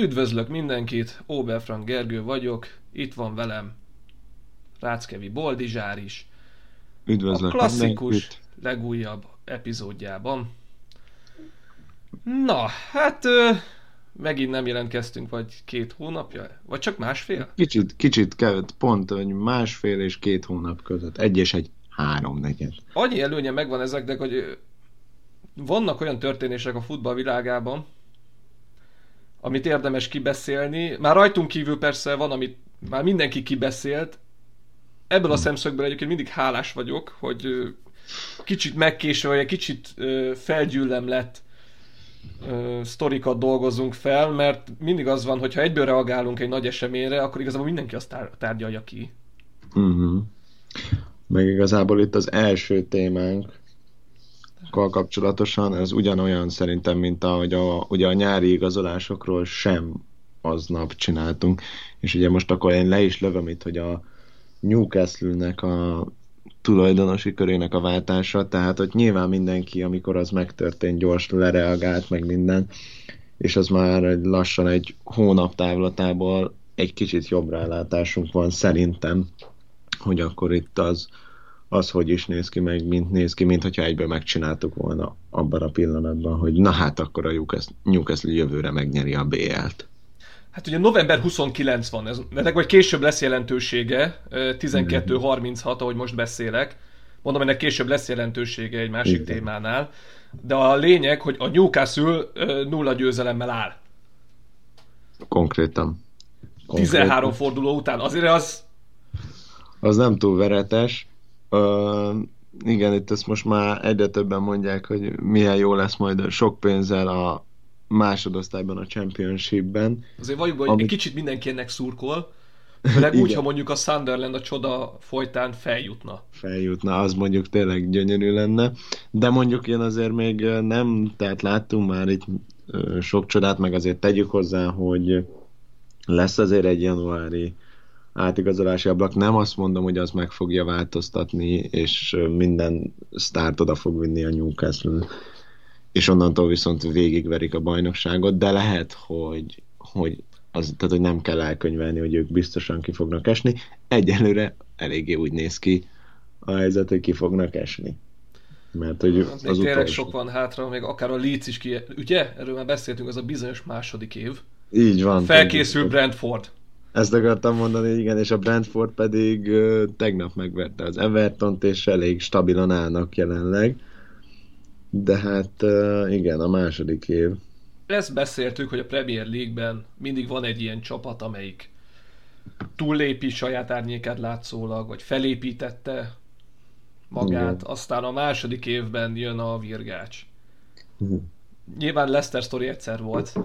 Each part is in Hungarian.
Üdvözlök mindenkit, Oberfrank Gergő vagyok, itt van velem Ráckevi Boldizsár is, a Üdvözlök klasszikus mindenkit! legújabb epizódjában. Na, hát megint nem jelentkeztünk, vagy 2 hónapja, vagy csak másfél? Kicsit kellett, pont, hogy 1,5 és 2 hónap között. 1 és 1 3/4. Annyi előnye megvan ezeknek, hogy vannak olyan történések a futballvilágában, amit érdemes kibeszélni. Már rajtunk kívül persze van, amit már mindenki kibeszélt. Ebből a szemszögből egyébként mindig hálás vagyok, hogy kicsit megkésve, vagy egy kicsit felgyűllemlett sztorikat dolgozunk fel, mert mindig az van, hogy ha egyből reagálunk egy nagy eseményre, akkor igazából mindenki azt tárgyalja ki. Meg igazából itt az első témánkkal kapcsolatosan, ez ugyanolyan szerintem, mint ahogy ugye a nyári igazolásokról sem aznap csináltunk. És ugye most akkor én le is lövöm itt, hogy a Newcastle-nek a tulajdonosi körének a váltása, tehát hogy nyilván mindenki, amikor az megtörtént, gyors lereagált, meg minden, és az már lassan egy hónap távlatából egy kicsit jobb rálátásunk van szerintem, hogy akkor itt az hogy is néz ki, meg mint néz ki, mint hogyha egyből megcsináltuk volna abban a pillanatban, hogy na hát akkor a Newcastle jövőre megnyeri a BL-t. Hát ugye november 29 van, ennek vagy később lesz jelentősége, 12:36, ahogy most beszélek. Mondom, ennek később lesz jelentősége egy másik Igen. témánál. De a lényeg, hogy a Newcastle 0 győzelemmel áll. Konkrétan. 13 forduló után. Azért Az nem túl veretes. Igen, itt ezt most már egyre többen mondják, hogy milyen jó lesz majd sok pénzzel a másodosztályban, a Championshipben. azért valljuk be, hogy egy kicsit mindenki ennek szurkol. Főleg úgy, ha mondjuk a Sunderland a csoda folytán Feljutna, az mondjuk tényleg gyönyörű lenne. De mondjuk én azért még nem, tehát láttunk már itt sok csodát, meg azért tegyük hozzá, hogy lesz azért egy januári átigazolási ablak. Nem azt mondom, hogy az meg fogja változtatni, és minden sztárt oda fog vinni a Newcastle, és onnantól viszont végigverik a bajnokságot, de lehet, tehát, hogy nem kell elkönyvelni, hogy ők biztosan ki fognak esni. Egyelőre eléggé úgy néz ki a helyzet, hogy ki fognak esni. Mert hogy még az tényleg utolsó. sok van hátra, még akár a Leeds is ugye? Erről már beszéltünk, az a bizonyos második év. Így van. Felkészül Brentford. Ezt akartam mondani, igen, és a Brentford pedig tegnap megverte az Evertont, és elég stabilan állnak jelenleg. De hát igen, a második év. Ezt beszéltük, hogy a Premier League-ben mindig van egy ilyen csapat, amelyik túllépi saját árnyékát látszólag, vagy felépítette magát, Igen. aztán a második évben jön a virgács. Nyilván Leicester sztori egyszer volt.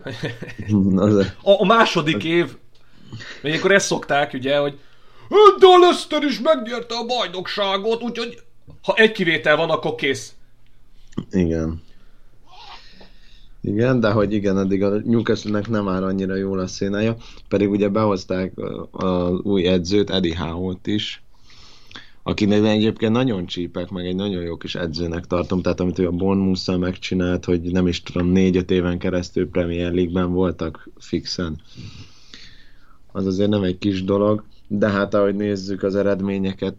A második év, ilyenkor ezt szokták, ugye, hogy de a Leicester is megnyerte a bajnokságot, úgyhogy ha egy kivétel van, akkor kész. Igen. Igen, de hogy igen, addig a Newcastle-nek nem áll annyira jól a szénája, pedig ugye behozták az új edzőt, Eddie Howe-t is, akinek egyébként nagyon csípek, meg egy nagyon jó kis edzőnek tartom, tehát amit ő a Bournemouth-szal megcsinált, hogy nem is tudom, 4-5 éven keresztül Premier League-ben voltak fixen. Az azért nem egy kis dolog, de hát ahogy nézzük az eredményeket,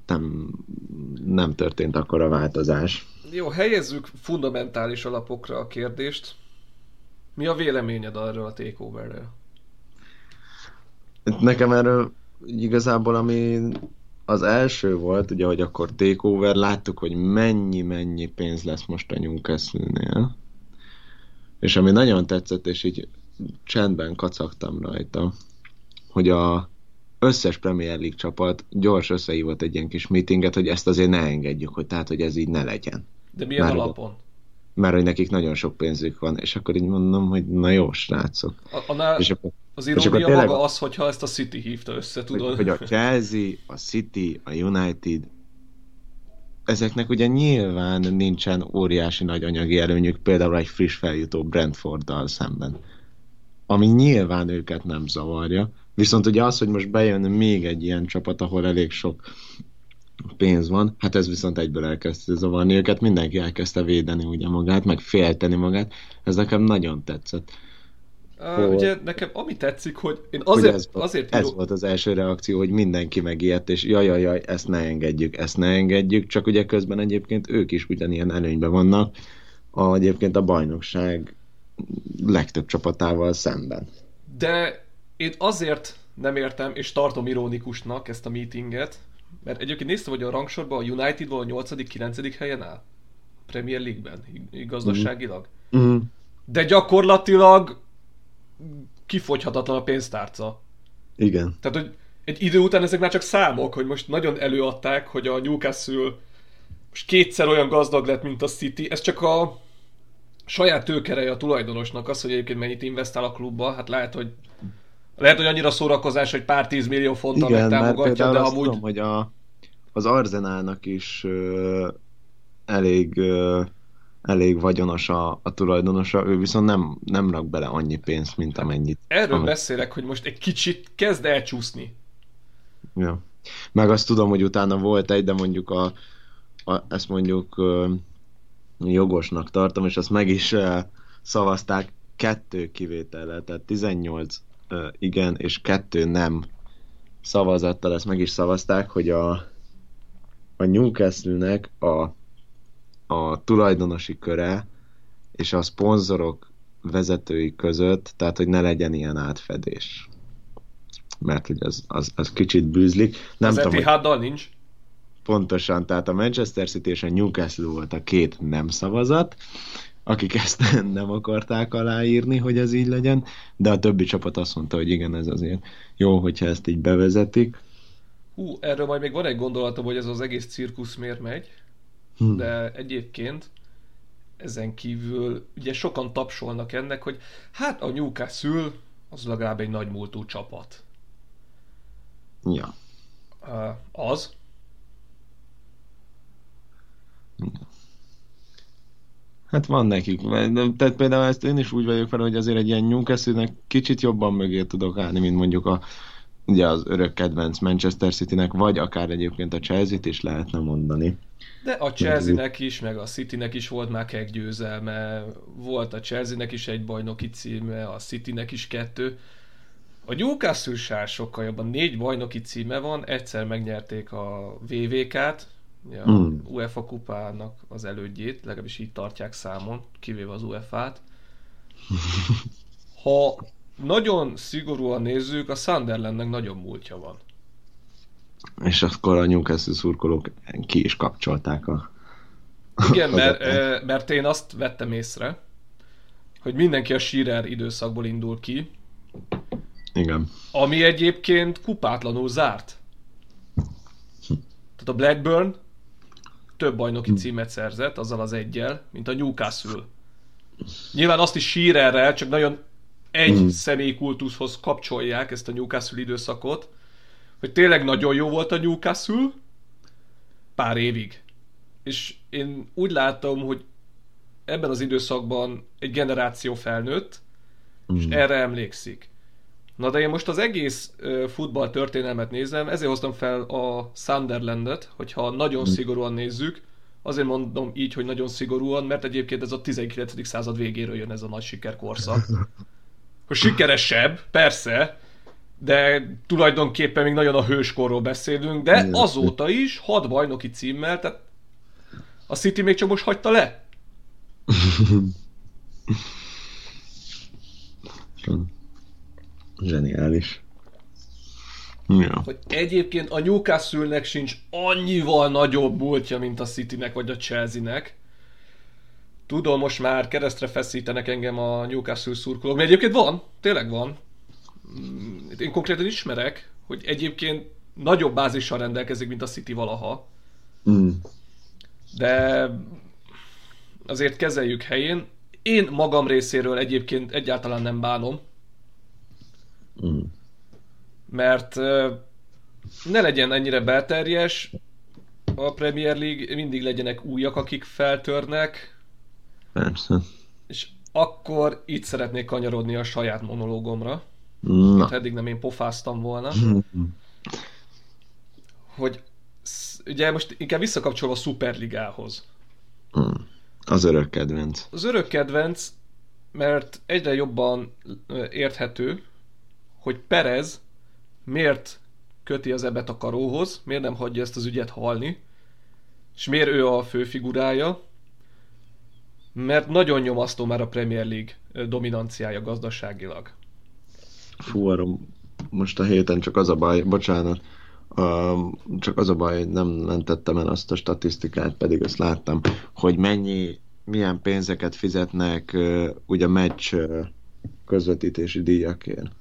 nem történt akkora változás. Jó, helyezzük fundamentális alapokra a kérdést. Mi a véleményed arról a takeoverről? Nekem erről igazából, ami az első volt, ugye, hogy akkor takeover, láttuk, hogy mennyi pénz lesz most a Newcastle-nél. És ami nagyon tetszett, és így csendben kacagtam rajta, hogy a összes Premier League csapat gyors összehívott egy ilyen kis meetinget, hogy ezt azért ne engedjük, hogy ez így ne legyen. De milyen alapon? Mert hogy nekik nagyon sok pénzük van, és akkor így mondom, hogy na jó, srácok. Az irónia maga az, hogyha ezt a City hívta össze, tudod? Hogy a Chelsea, a City, a United, ezeknek ugye nyilván nincsen óriási nagy anyagi előnyük, például egy friss feljutó Brentforddal szemben, ami nyilván őket nem zavarja. Viszont ugye az, hogy most bejön még egy ilyen csapat, ahol elég sok pénz van, hát ez viszont egyből elkezdte zavarni őket, mindenki elkezdte védeni ugye magát, meg félteni magát, ez nekem nagyon tetszett. Ugye nekem ami tetszik, hogy én hogy azért ez volt az első reakció, hogy mindenki megijedt, és jaj, ezt ne engedjük, csak ugye közben egyébként ők is ugyanilyen előnyben vannak, egyébként a bajnokság legtöbb csapatával szemben. De én azért nem értem, és tartom ironikusnak ezt a meetinget, mert egyébként néztem, hogy a rangsorban a United-ból a 8.-9. helyen áll. Premier League-ben, gazdaságilag. Mm. De gyakorlatilag kifogyhatatlan a pénztárca. Igen. Tehát, hogy egy idő után ezek már csak számok, hogy most nagyon előadták, hogy a Newcastle most kétszer olyan gazdag lett, mint a City. Ez csak a saját tőkereje a tulajdonosnak, az, hogy egyébként mennyit investál a klubba. Hát lehet, hogy annyira szórakozás, hogy pár 10 millió fonttal megtámogatja, de amúgy... tudom, hogy az Arsenalnak is elég vagyonos a tulajdonosa, ő viszont nem rak bele annyi pénzt, mint amennyit. Erről beszélek, hogy most egy kicsit kezd elcsúszni. Ja. Meg azt tudom, hogy utána volt egy, de mondjuk ezt mondjuk jogosnak tartom, és azt meg is szavazták 2 kivétellel, tehát 18 igen, és 2 nem szavazattal ezt meg is szavazták, hogy a Newcastle-nek a tulajdonosi köre és a szponzorok vezetői között, tehát hogy ne legyen ilyen átfedés. Mert hogy az kicsit bűzlik. Nem az tudom, Etihaddal nincs. Pontosan, tehát a Manchester City és a Newcastle volt a 2 nem szavazat, akik ezt nem akarták aláírni, hogy ez így legyen, de a többi csapat azt mondta, hogy igen, ez azért jó, hogyha ezt így bevezetik. Erről majd még van egy gondolatom, hogy ez az egész cirkusz miért megy, de egyébként ezen kívül ugye sokan tapsolnak ennek, hogy hát a Newcastle az legalább egy nagy múltú csapat. Ja. Az? Hát van nekik. Tehát például ezt én is úgy vagyok fel, hogy azért egy ilyen Newcastle-nek kicsit jobban mögé tudok állni, mint mondjuk ugye az örök kedvenc Manchester City-nek, vagy akár egyébként a Chelsea-t is lehetne mondani. De a Chelsea-nek is, meg a City-nek is volt már egy győzelme, volt a Chelsea-nek is egy bajnoki címe, a City-nek is 2. A Newcastle sokkal jobban 4 bajnoki címe van, egyszer megnyerték a VVK-t, a UEFA kupának az elődjét, legalábbis így tartják számon, kivéve az UEFA-t. Ha nagyon szigorúan nézzük, a Sunderlandnek nagyobb múltja van. És akkor a Newcastle szurkolók ki is kapcsolták Igen, mert én azt vettem észre, hogy mindenki a Shearer időszakból indul ki. Igen. Ami egyébként kupátlanul zárt. Tehát a Blackburn több bajnoki címet szerzett, azzal az 1-jel, mint a Newcastle. Nyilván azt is Shearerrel, csak nagyon egy személykultuszhoz kapcsolják ezt a Newcastle időszakot, hogy tényleg nagyon jó volt a Newcastle pár évig. És én úgy látom, hogy ebben az időszakban egy generáció felnőtt, és erre emlékszik. Na de én most az egész futball történelmet nézem, ezért hoztam fel a Sunderlandet, hogyha nagyon szigorúan nézzük, azért mondom így, hogy nagyon szigorúan, mert egyébként ez a 19. század végéről jön ez a nagy sikerkorszak. Hogy sikeresebb, persze, de tulajdonképpen még nagyon a hőskorról beszélünk, de azóta is 6 bajnoki címmel, tehát a City még csak most hagyta le. Zseniális. Ja. Hogy egyébként a Newcastle-nek sincs annyival nagyobb múltja, mint a Citynek vagy a Chelsea-nek. Tudom, most már keresztre feszítenek engem a Newcastle szurkolók, mert egyébként van, tényleg van. Én konkrétan ismerek, hogy egyébként nagyobb bázissal rendelkezik, mint a City valaha. De azért kezeljük helyén. Én magam részéről egyébként egyáltalán nem bánom. Mert ne legyen ennyire belterjes a Premier League, mindig legyenek újak, akik feltörnek. Persze. És akkor itt szeretnék kanyarodni a saját monológomra. Hát eddig nem én pofáztam volna. Hogy ugye most inkább visszakapcsolva a Superligához. Az örök kedvenc. Az örök kedvenc, mert egyre jobban érthető, hogy Perez miért köti az ebet a karóhoz, miért nem hagyja ezt az ügyet halni, és miért ő a fő figurája, mert nagyon nyomasztó már a Premier League dominanciája gazdaságilag. Fú, arra most a héten csak az a baj, bocsánat, csak az a baj, nem mentettem el azt a statisztikát, pedig azt láttam, hogy milyen pénzeket fizetnek ugye meccs közvetítési díjakért.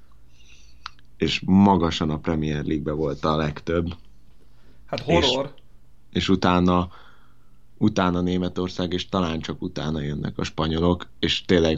És magasan a Premier League-be volt a legtöbb. Hát horror. És utána Németország, és talán csak utána jönnek a spanyolok, és tényleg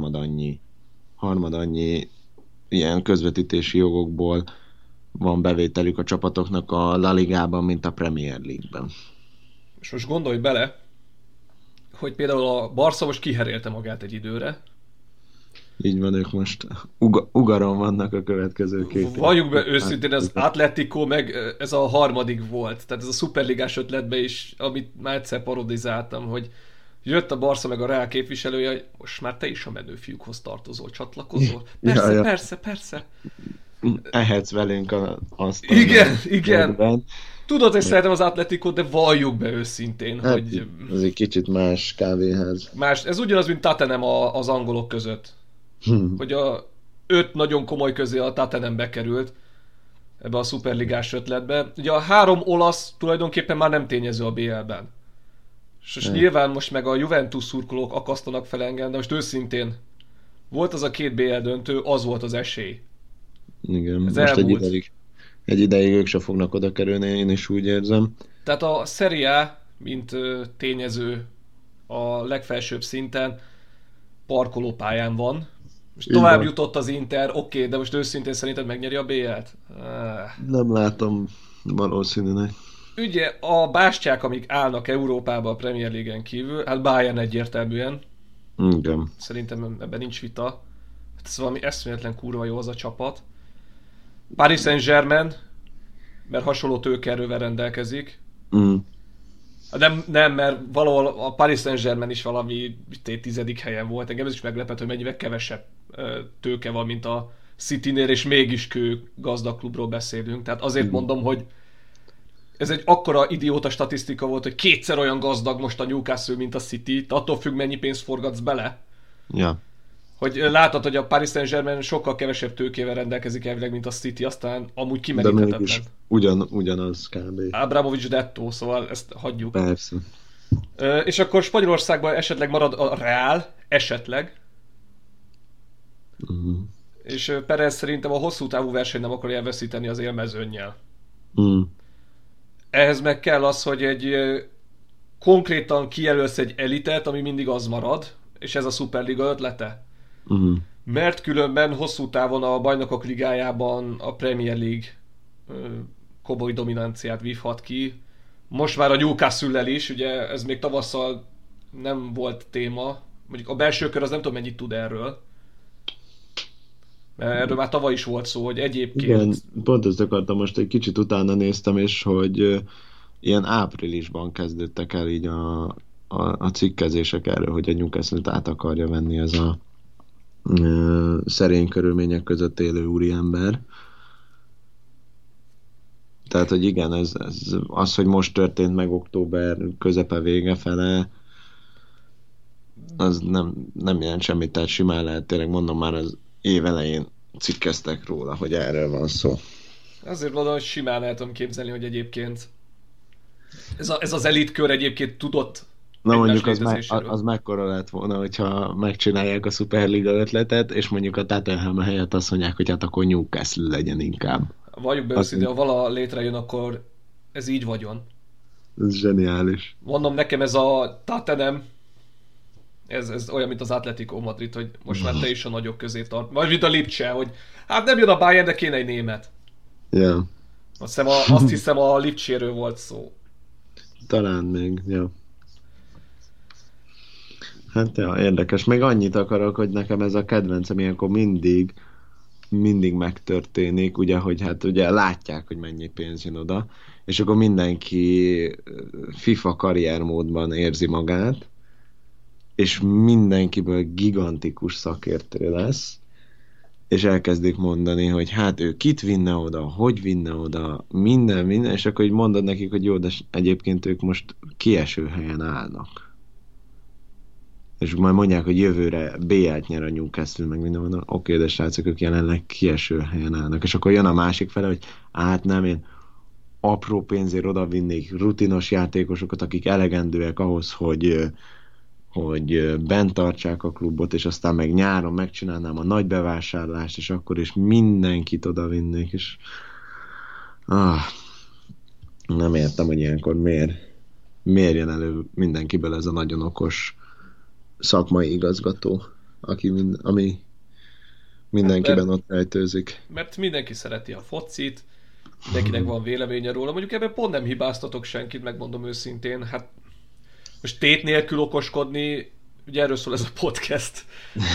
harmadannyi ilyen közvetítési jogokból van bevételük a csapatoknak a La Ligában, mint a Premier League-ben. És most gondolj bele, hogy például a Barca most kiherélte magát egy időre. Így van, ők most ugaron vannak a következő két. Valljuk be őszintén, az Atletico meg ez a harmadik volt. Tehát ez a szuperligás ötletbe is, amit már egyszer parodizáltam, hogy jött a Barca meg a Real képviselője, hogy most már te is a menő fiúkhoz tartozol, csatlakozol. Persze, ja. Persze. Ehetsz velünk azt. Igen. Tudod, hogy szeretem az Atleticót, de valljuk be őszintén, hát, hogy... Ez egy kicsit más kávéház. Ez ugyanaz, mint Tottenham az angolok között. Hogy a 5 nagyon komoly közé a Tottenham bekerült ebbe a szuperligás ötletbe. Ugye a 3 olasz tulajdonképpen már nem tényező a BL-ben. És nyilván most meg a Juventus szurkolók akasztanak fel engem, de most őszintén volt az a 2 BL döntő, az volt az esély. Igen, ez most egy ideig ők se fognak oda kerülni, én is úgy érzem. Tehát a Serie A, mint tényező a legfelsőbb szinten, parkolópályán van. És tovább jutott az Inter, oké, de most őszintén szerinted megnyeri a BL-t? Nem látom valószínűleg. Ugye a bástyák, amik állnak Európába a Premier League-en kívül, hát Bayern egyértelműen. Igen. Szerintem ebben nincs vita. Hát ez valami eszméletlen kurva jó az a csapat. Paris Saint-Germain, mert hasonló tőkeerővel rendelkezik. Nem, mert valahol a Paris Saint-Germain is valami 10. helyen volt. Engem ez is meglepett, hogy mennyivel kevesebb tőke van, mint a Citynél, és mégis gazdag klubról beszélünk. Tehát azért mondom, hogy ez egy akkora idióta statisztika volt, hogy 2-szer olyan gazdag most a Newcastle, mint a City. Attól függ, mennyi pénzt forgatsz bele. Ja. Hogy látod, hogy a Paris Saint-Germain sokkal kevesebb tőkével rendelkezik elvileg, mint a City, aztán amúgy kimeríthetetlen. De mégis ugyanaz kb. Abramovich dettó, szóval ezt hagyjuk. Persze. És akkor Spanyolországban esetleg marad a Real, esetleg. És Perez szerintem a hosszú távú verseny nem akarja elveszíteni az élmezőnnyel. Ehhez meg kell az, hogy egy konkrétan kijelölsz egy elitet, ami mindig az marad, és ez a Superliga ötlete. Mert különben hosszú távon a Bajnokok Ligájában a Premier League komoly dominanciát vívhat ki. Most már a Newcastle-lel is, ugye ez még tavasszal nem volt téma. Mondjuk a belső kör az nem tudom mennyit tud erről. Mert erről már tavaly is volt szó, hogy egyébként... Igen, pont ezt akartam, most egy kicsit utána néztem, és hogy ilyen áprilisban kezdődtek el így a cikkezések erről, hogy a Newcastle-t át akarja venni ez a szerény körülmények között élő úriember. Tehát, hogy igen, ez az, hogy most történt meg október közepe vége fele, az nem jelent semmit, tehát simán lehet, tényleg mondom, már az év elején cikkeztek róla, hogy erről van szó. Azért mondom, hogy simán el tudom képzelni, hogy egyébként ez az elitkör egyébként tudott. Na mondjuk az mekkora lett volna, hogyha megcsinálják a Superliga ötletet, és mondjuk a Tottenham helyett azt mondják, hogy hát akkor Newcastle legyen inkább. Valljuk be őszintén, ha vala létrejön, akkor ez így vagyon. Ez zseniális. Mondom, nekem ez a Tottenham, ez olyan, mint az Atletico Madrid, hogy most már te is a nagyok közé tart. Vagy mint a Lipcse, hogy hát nem jön a Bayern, de kéne egy német. Ja. Azt hiszem a Lipcséről volt szó. Talán még, ja. Hát ja, érdekes. Még annyit akarok, hogy nekem ez a kedvencem, ilyenkor mindig megtörténik, ugye, hogy hát ugye látják, hogy mennyi pénz jön oda, és akkor mindenki FIFA karriermódban érzi magát, és mindenkiből gigantikus szakértő lesz, és elkezdik mondani, hogy hát ő kit vinne oda, hogy vinne oda, minden, és akkor így mondod nekik, hogy jó, de egyébként ők most kieső helyen állnak. És majd mondják, hogy jövőre BL-t nyer a Newcastle, meg minden mondom, oké, de srácok, ők jelenleg kieső helyen állnak. És akkor jön a másik fele, hogy hát nem, én apró pénzért odavinnék rutinos játékosokat, akik elegendőek ahhoz, hogy bent tartsák a klubot, és aztán meg nyáron megcsinálnám a nagy bevásárlást, és akkor is mindenkit odavinnék, és nem értem, hogy ilyenkor miért jön elő mindenkiből ez a nagyon okos szakmai igazgató, ami mindenkiben ott rejtőzik. Mert mindenki szereti a focit, mindenkinek van véleménye róla. Mondjuk ebben pont nem hibáztatok senkit, megmondom őszintén. Hát most tét nélkül okoskodni, ugye erről szól ez a podcast.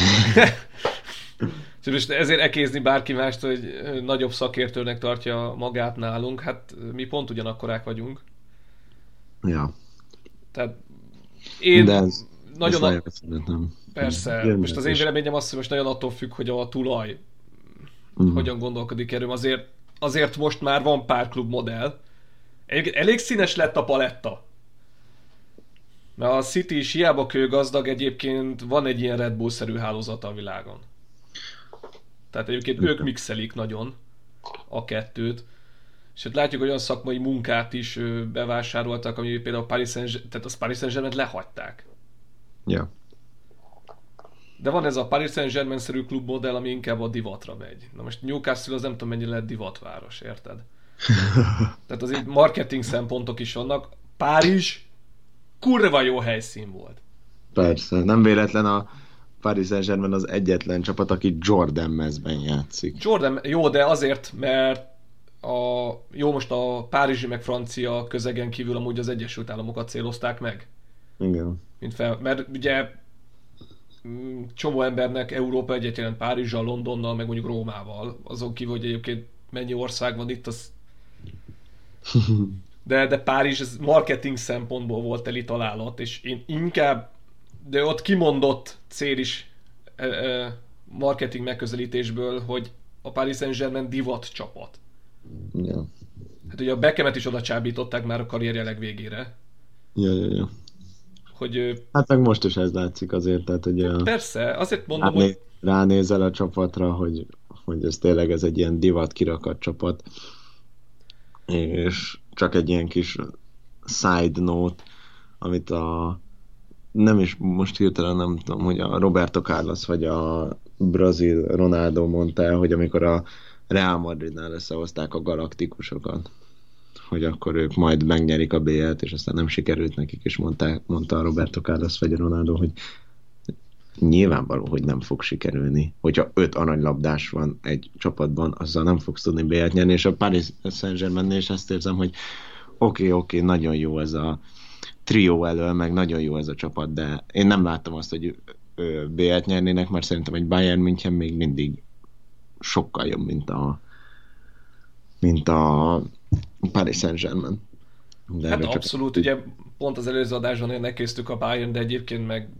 Most ezért ekézni bárki mást, hogy nagyobb szakértőnek tartja magát nálunk, hát mi pont ugyanakkorák vagyunk. Ja. Tehát én de ez nagyon... szeretem. Persze. Most az én véleményem az, hogy most nagyon attól függ, hogy a tulaj hogyan gondolkodik erről. Azért most már van pár klubmodell. Elég színes lett a paletta. Mert a City is hiába kőgazdag, egyébként van egy ilyen Red Bull-szerű hálózata a világon. Tehát egyébként ők mixelik nagyon a kettőt. És ott látjuk, hogy olyan szakmai munkát is bevásároltak, ami például a Paris Saint-Germain lehagyták. Ja. De van ez a Paris Saint-Germain-szerű klubmodell, ami inkább a divatra megy. Na most Newcastle az nem tudom mennyire lett divatváros, érted? Tehát azért marketing szempontok is vannak. Párizs kurva jó helyszín volt. Persze, nem véletlen a Paris Saint-Germain az egyetlen csapat, aki Jordan mezben játszik. Jordan, jó, de azért, mert most a párizsi meg francia közegen kívül amúgy az Egyesült Államokat célozták meg. Igen. Mert ugye csomó embernek Európa egyet jelent Párizsal, Londonnal, meg mondjuk Rómával. Azon kívül, hogy egyébként mennyi ország van itt, az... De Párizs ez marketing szempontból volt teli találat, és én inkább, de ott kimondott cél is marketing megközelítésből, hogy a Paris Saint-Germain divat csapat. Ja. Hát ugye a Beckhamet is oda csábították már a karrierje legvégére. Ja. Hogy, hát meg most is ez látszik azért, tehát hogy persze, azért mondom, hogy... Ránézel a csapatra, hogy ez tényleg ez egy ilyen divat kirakat csapat, és csak egy ilyen kis side note, amit nem is most hirtelen nem tudom, hogy a Roberto Carlos vagy a brazil Ronaldo mondta el, hogy amikor a Real Madridnál összehozták a galaktikusokat, hogy akkor ők majd megnyerik a BL-t, és aztán nem sikerült nekik, és mondta a Roberto Carlos vagy a Ronaldo, hogy nyilvánvaló, hogy nem fog sikerülni. Hogyha 5 aranylabdás van egy csapatban, azzal nem fogsz tudni BL-t nyerni, és a Paris Saint-Germainnél is ezt érzem, hogy oké, nagyon jó ez a trió elől, meg nagyon jó ez a csapat, de én nem láttam azt, hogy BL-t nyernének, mert szerintem egy Bayern München még mindig sokkal jobb, mint a Paris Saint-Germain. De hát abszolút, ugye pont az előző adásban én nekéztük a Bayern, de egyébként meg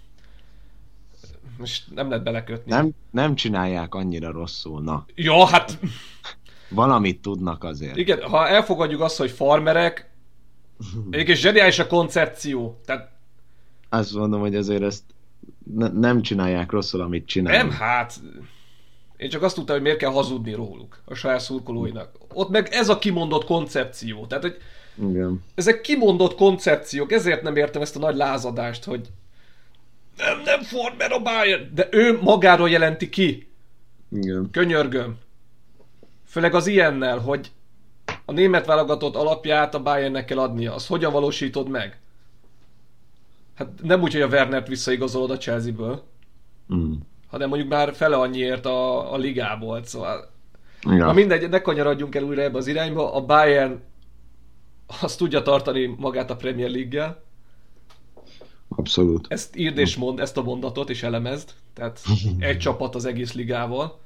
most nem lehet belekötni. Nem csinálják annyira rosszul, na. Ja, hát... Valamit tudnak azért. Igen, ha elfogadjuk azt, hogy farmerek, egyébként zseniális a koncepció. Tehát... Azt mondom, hogy azért ezt nem csinálják rosszul, amit csinálnak. Nem, hát... Én csak azt tudtam, hogy miért kell hazudni róluk, a saját szurkolóinak. Ott meg ez a kimondott koncepció. Tehát, hogy igen. Ezek kimondott koncepciók, ezért nem értem ezt a nagy lázadást, hogy nem farmer a Bayern, de ő magáról jelenti ki. Igen. Könyörgöm. Főleg az ilyennel, hogy a német válogatott alapját a Bayernnek kell adnia. Azt hogyan valósítod meg? Hát nem úgy, hogy a Wernert visszaigazolod a Chelsea-ből, hanem mondjuk már fele annyiért a ligából. Szóval... Ja. Na mindegy, ne kanyarodjunk el újra ebbe az irányba. A Bayern azt tudja tartani magát a Premier League-gel. Abszolút. Ezt írd és mondd, ezt a mondatot, és elemezd. Tehát egy csapat az egész ligával.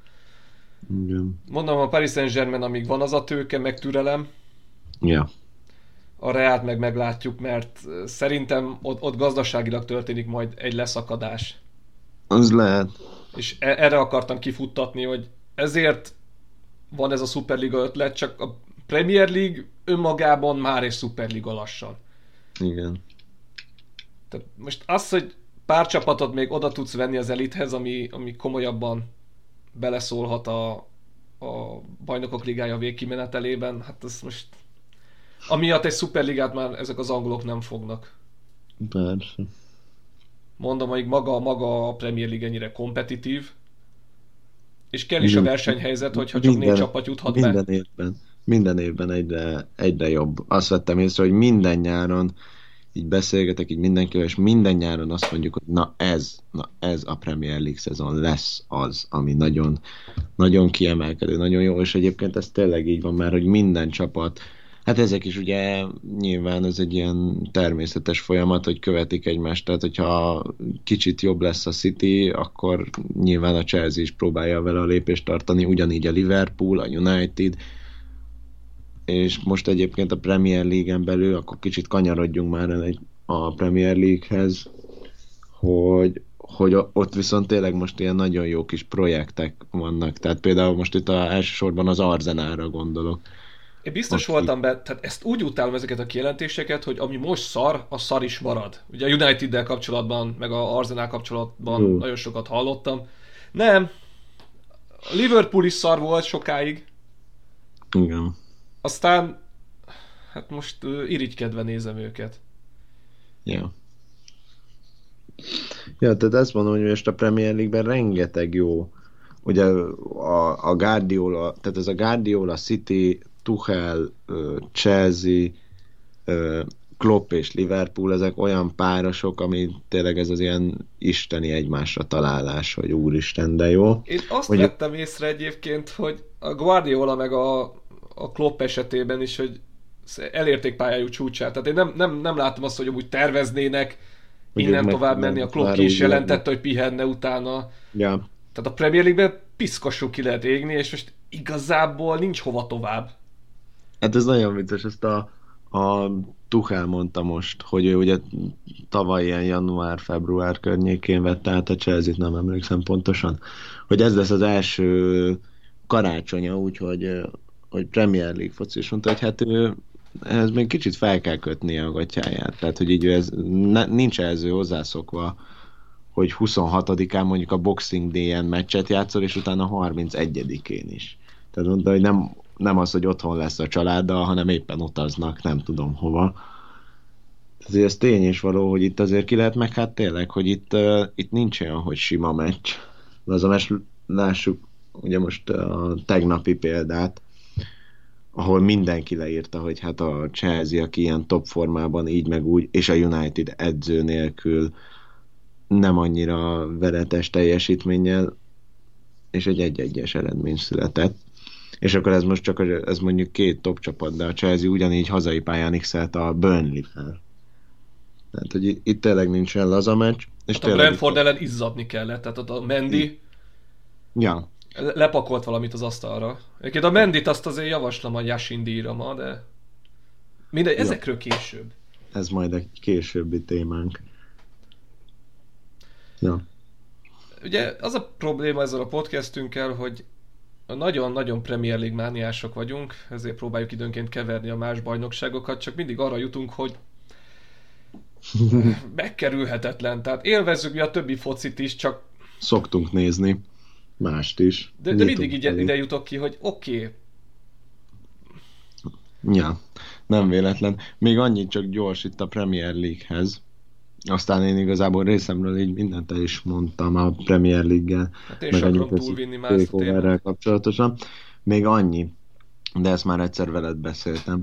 Igen. Mondom, a Paris Saint-Germain, amíg van az a tőke, meg türelem, ja. a Reált meg meglátjuk, mert szerintem ott gazdaságilag történik majd egy leszakadás. Az lehet. És erre akartam kifuttatni, hogy ezért van ez a Superliga ötlet, csak a Premier League önmagában már egy Superliga lassan. Igen. Tehát most az, hogy pár csapatot még oda tudsz venni az elithez, ami komolyabban beleszólhat a Bajnokok Ligája végkimenetelében, hát ez most amiatt egy szuperligát már ezek az angolok nem fognak. Persze. Mondom, hogy maga a Premier League ennyire kompetitív, és kell is a versenyhelyzet, hogyha csak 4 csapat juthat be. Minden évben egyre jobb. Azt vettem észre, hogy minden nyáron így beszélgetek így mindenkivel, és minden nyáron azt mondjuk, hogy na ez a Premier League szezon lesz az, ami nagyon, nagyon kiemelkedő, nagyon jó, és egyébként ez tényleg így van már, hogy minden csapat, hát ezek is ugye nyilván ez egy ilyen természetes folyamat, hogy követik egymást, tehát hogyha kicsit jobb lesz a City, akkor nyilván a Chelsea is próbálja vele a lépést tartani, ugyanígy a Liverpool, a United, és most egyébként a Premier League-en belül, akkor kicsit kanyarodjunk már el a Premier League-hez, hogy ott viszont tényleg most ilyen nagyon jó kis projektek vannak. Tehát például most itt elsősorban az Arsenalra gondolok. Én biztos voltam be, tehát ezt úgy utálom ezeket a kijelentéseket, hogy ami most szar, az szar is marad. Ugye a United-del kapcsolatban, meg a Arsenal kapcsolatban nagyon sokat hallottam. Nem. A Liverpool is szar volt sokáig. Igen. Aztán, hát most irigykedve nézem őket. Ja. Ja, tehát ezt mondom, hogy most a Premier League-ben rengeteg jó. Ugye a Guardiola, tehát ez a Guardiola, City, Tuchel, Chelsea, Klopp és Liverpool, ezek olyan párosok, ami tényleg ez az ilyen isteni egymásra találás, hogy úristen, de jó. Én azt vettem észre egyébként, hogy a Guardiola meg a Klopp esetében is, hogy elérték pályájuk csúcsát. Tehát én nem látom azt, hogy amúgy terveznének innen tovább menni. A Klopp ki is jelentette, hogy pihenne utána. Ja. Tehát a Premier League-ben piszkosul ki lehet égni, és most igazából nincs hova tovább. Hát ez nagyon vicces, ezt a Tuchel mondta most, hogy ő ugye tavaly ilyen január-február környékén vette át a Chelsea-t, nem emlékszem pontosan, hogy ez lesz az első karácsonya, úgyhogy hogy Premier League foci, és mondta, hogy hát ő ez még kicsit fel kell kötnie a gatyáját, tehát hogy így nincs ehhez hozzászokva, hogy 26-án mondjuk a Boxing Day-en meccset játszol, és utána 31-én is. Tehát mondta, hogy nem az, hogy otthon lesz a családdal, hanem éppen utaznak, nem tudom hova. Azért ez tény és való, hogy itt azért ki lehet, meg hát tényleg, hogy itt nincs olyan, hogy sima meccs. De az a meccs, lássuk ugye most a tegnapi példát, ahol mindenki leírta, hogy hát a Chelsea, aki ilyen top formában így meg úgy, és a United edző nélkül nem annyira veretes teljesítménnyel, és egy 1-1-es eredmény született. És akkor ez most csak ez mondjuk 2 top csapat, de a Chelsea ugyanígy hazai pályán x-elt a Burnley-fel. Tehát, hogy itt tényleg nincsen laza meccs. És hát a Brentford ellen izzadni kellett, tehát ott a Mendy lepakolt valamit az asztalra. Egyébként a Mendyt azt azért javaslom a Yashin díjra ma, de mindegy, ezekről később. Ez majd egy későbbi témánk. Ja. Ugye az a probléma ezzel a podcastünkkel, hogy nagyon-nagyon Premier League mániások vagyunk, ezért próbáljuk időnként keverni a más bajnokságokat, csak mindig arra jutunk, hogy megkerülhetetlen. Tehát élvezzük mi a többi focit is, csak... Szoktunk nézni mást is. De mindig ide jutok ki, hogy oké. Ja, nem véletlen. Még annyit csak gyors itt a Premier League-hez. Aztán én igazából részemről így mindent el is mondtam a Premier League-gel. Hát én sem tudom túlvinni már ezt a témát. Kapcsolatosan. Még annyi, de ezt már egyszer veled beszéltem,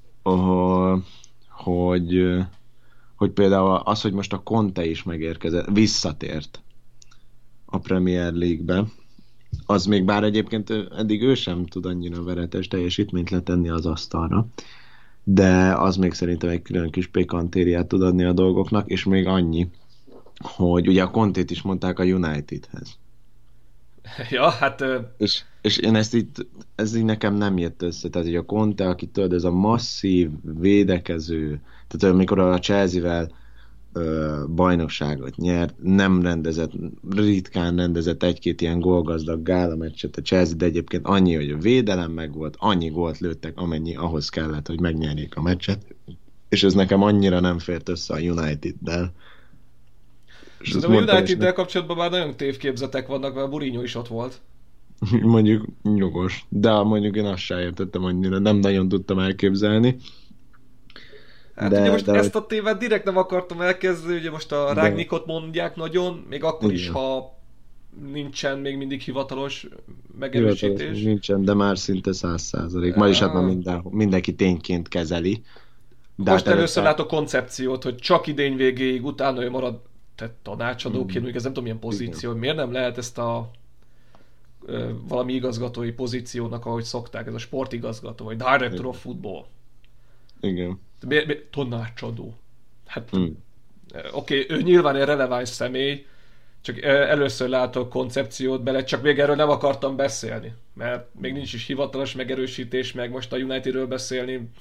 hogy például az, hogy most a Conte is megérkezett, visszatért a Premier League-be, az még bár egyébként eddig ő sem tud annyira veretes teljesítményt letenni az asztalra, de az még szerintem egy külön kis pikantériát tud adni a dolgoknak, és még annyi, hogy ugye a Contét is mondták a Unitedhez. Ja, hát... és én ez így nekem nem jött össze. Tehát, hogy a Conte, aki tudod, ez a masszív, védekező, tehát amikor a Chelsea-vel bajnokságot nyert, nem rendezett, ritkán rendezett egy-két ilyen gólgazdag gála meccset a Chelsea, de egyébként annyi, hogy a védelem meg volt, annyi gólt lőttek, amennyi ahhoz kellett, hogy megnyerjék a meccset, és ez nekem annyira nem fért össze a United-del. És azt Szerintem a mondtam is, United-del kapcsolatban már nagyon tévképzetek vannak, mert Mourinho is ott volt. mondjuk jogos, de mondjuk én azt sem értettem annyira, nem nagyon tudtam elképzelni, Hát ugye most de ezt a témát direkt nem akartam elkezdeni, ugye most a de Ragnikot mondják nagyon, még akkor is, igen. ha nincsen még mindig hivatalos Hivatalos még megerősítés. nincsen, de már szinte 100%. Vagyis hát már mindenki tényként kezeli. De hát Most először előtte... látok koncepciót, hogy csak idény végéig, utána ő marad tanácsadóként, Mm, mondjuk ez nem tudom milyen igen, pozíció, hogy miért nem lehet ezt a valami igazgatói pozíciónak, ahogy szokták, ez a sportigazgató, vagy director of igen, football. igen. Miért? Tanácsadó. Hát Mm. oké, ő nyilván egy releváns személy, csak először látok koncepciót bele, csak még erről nem akartam beszélni, mert még nincs is hivatalos megerősítés, meg most a Unitedről beszélni,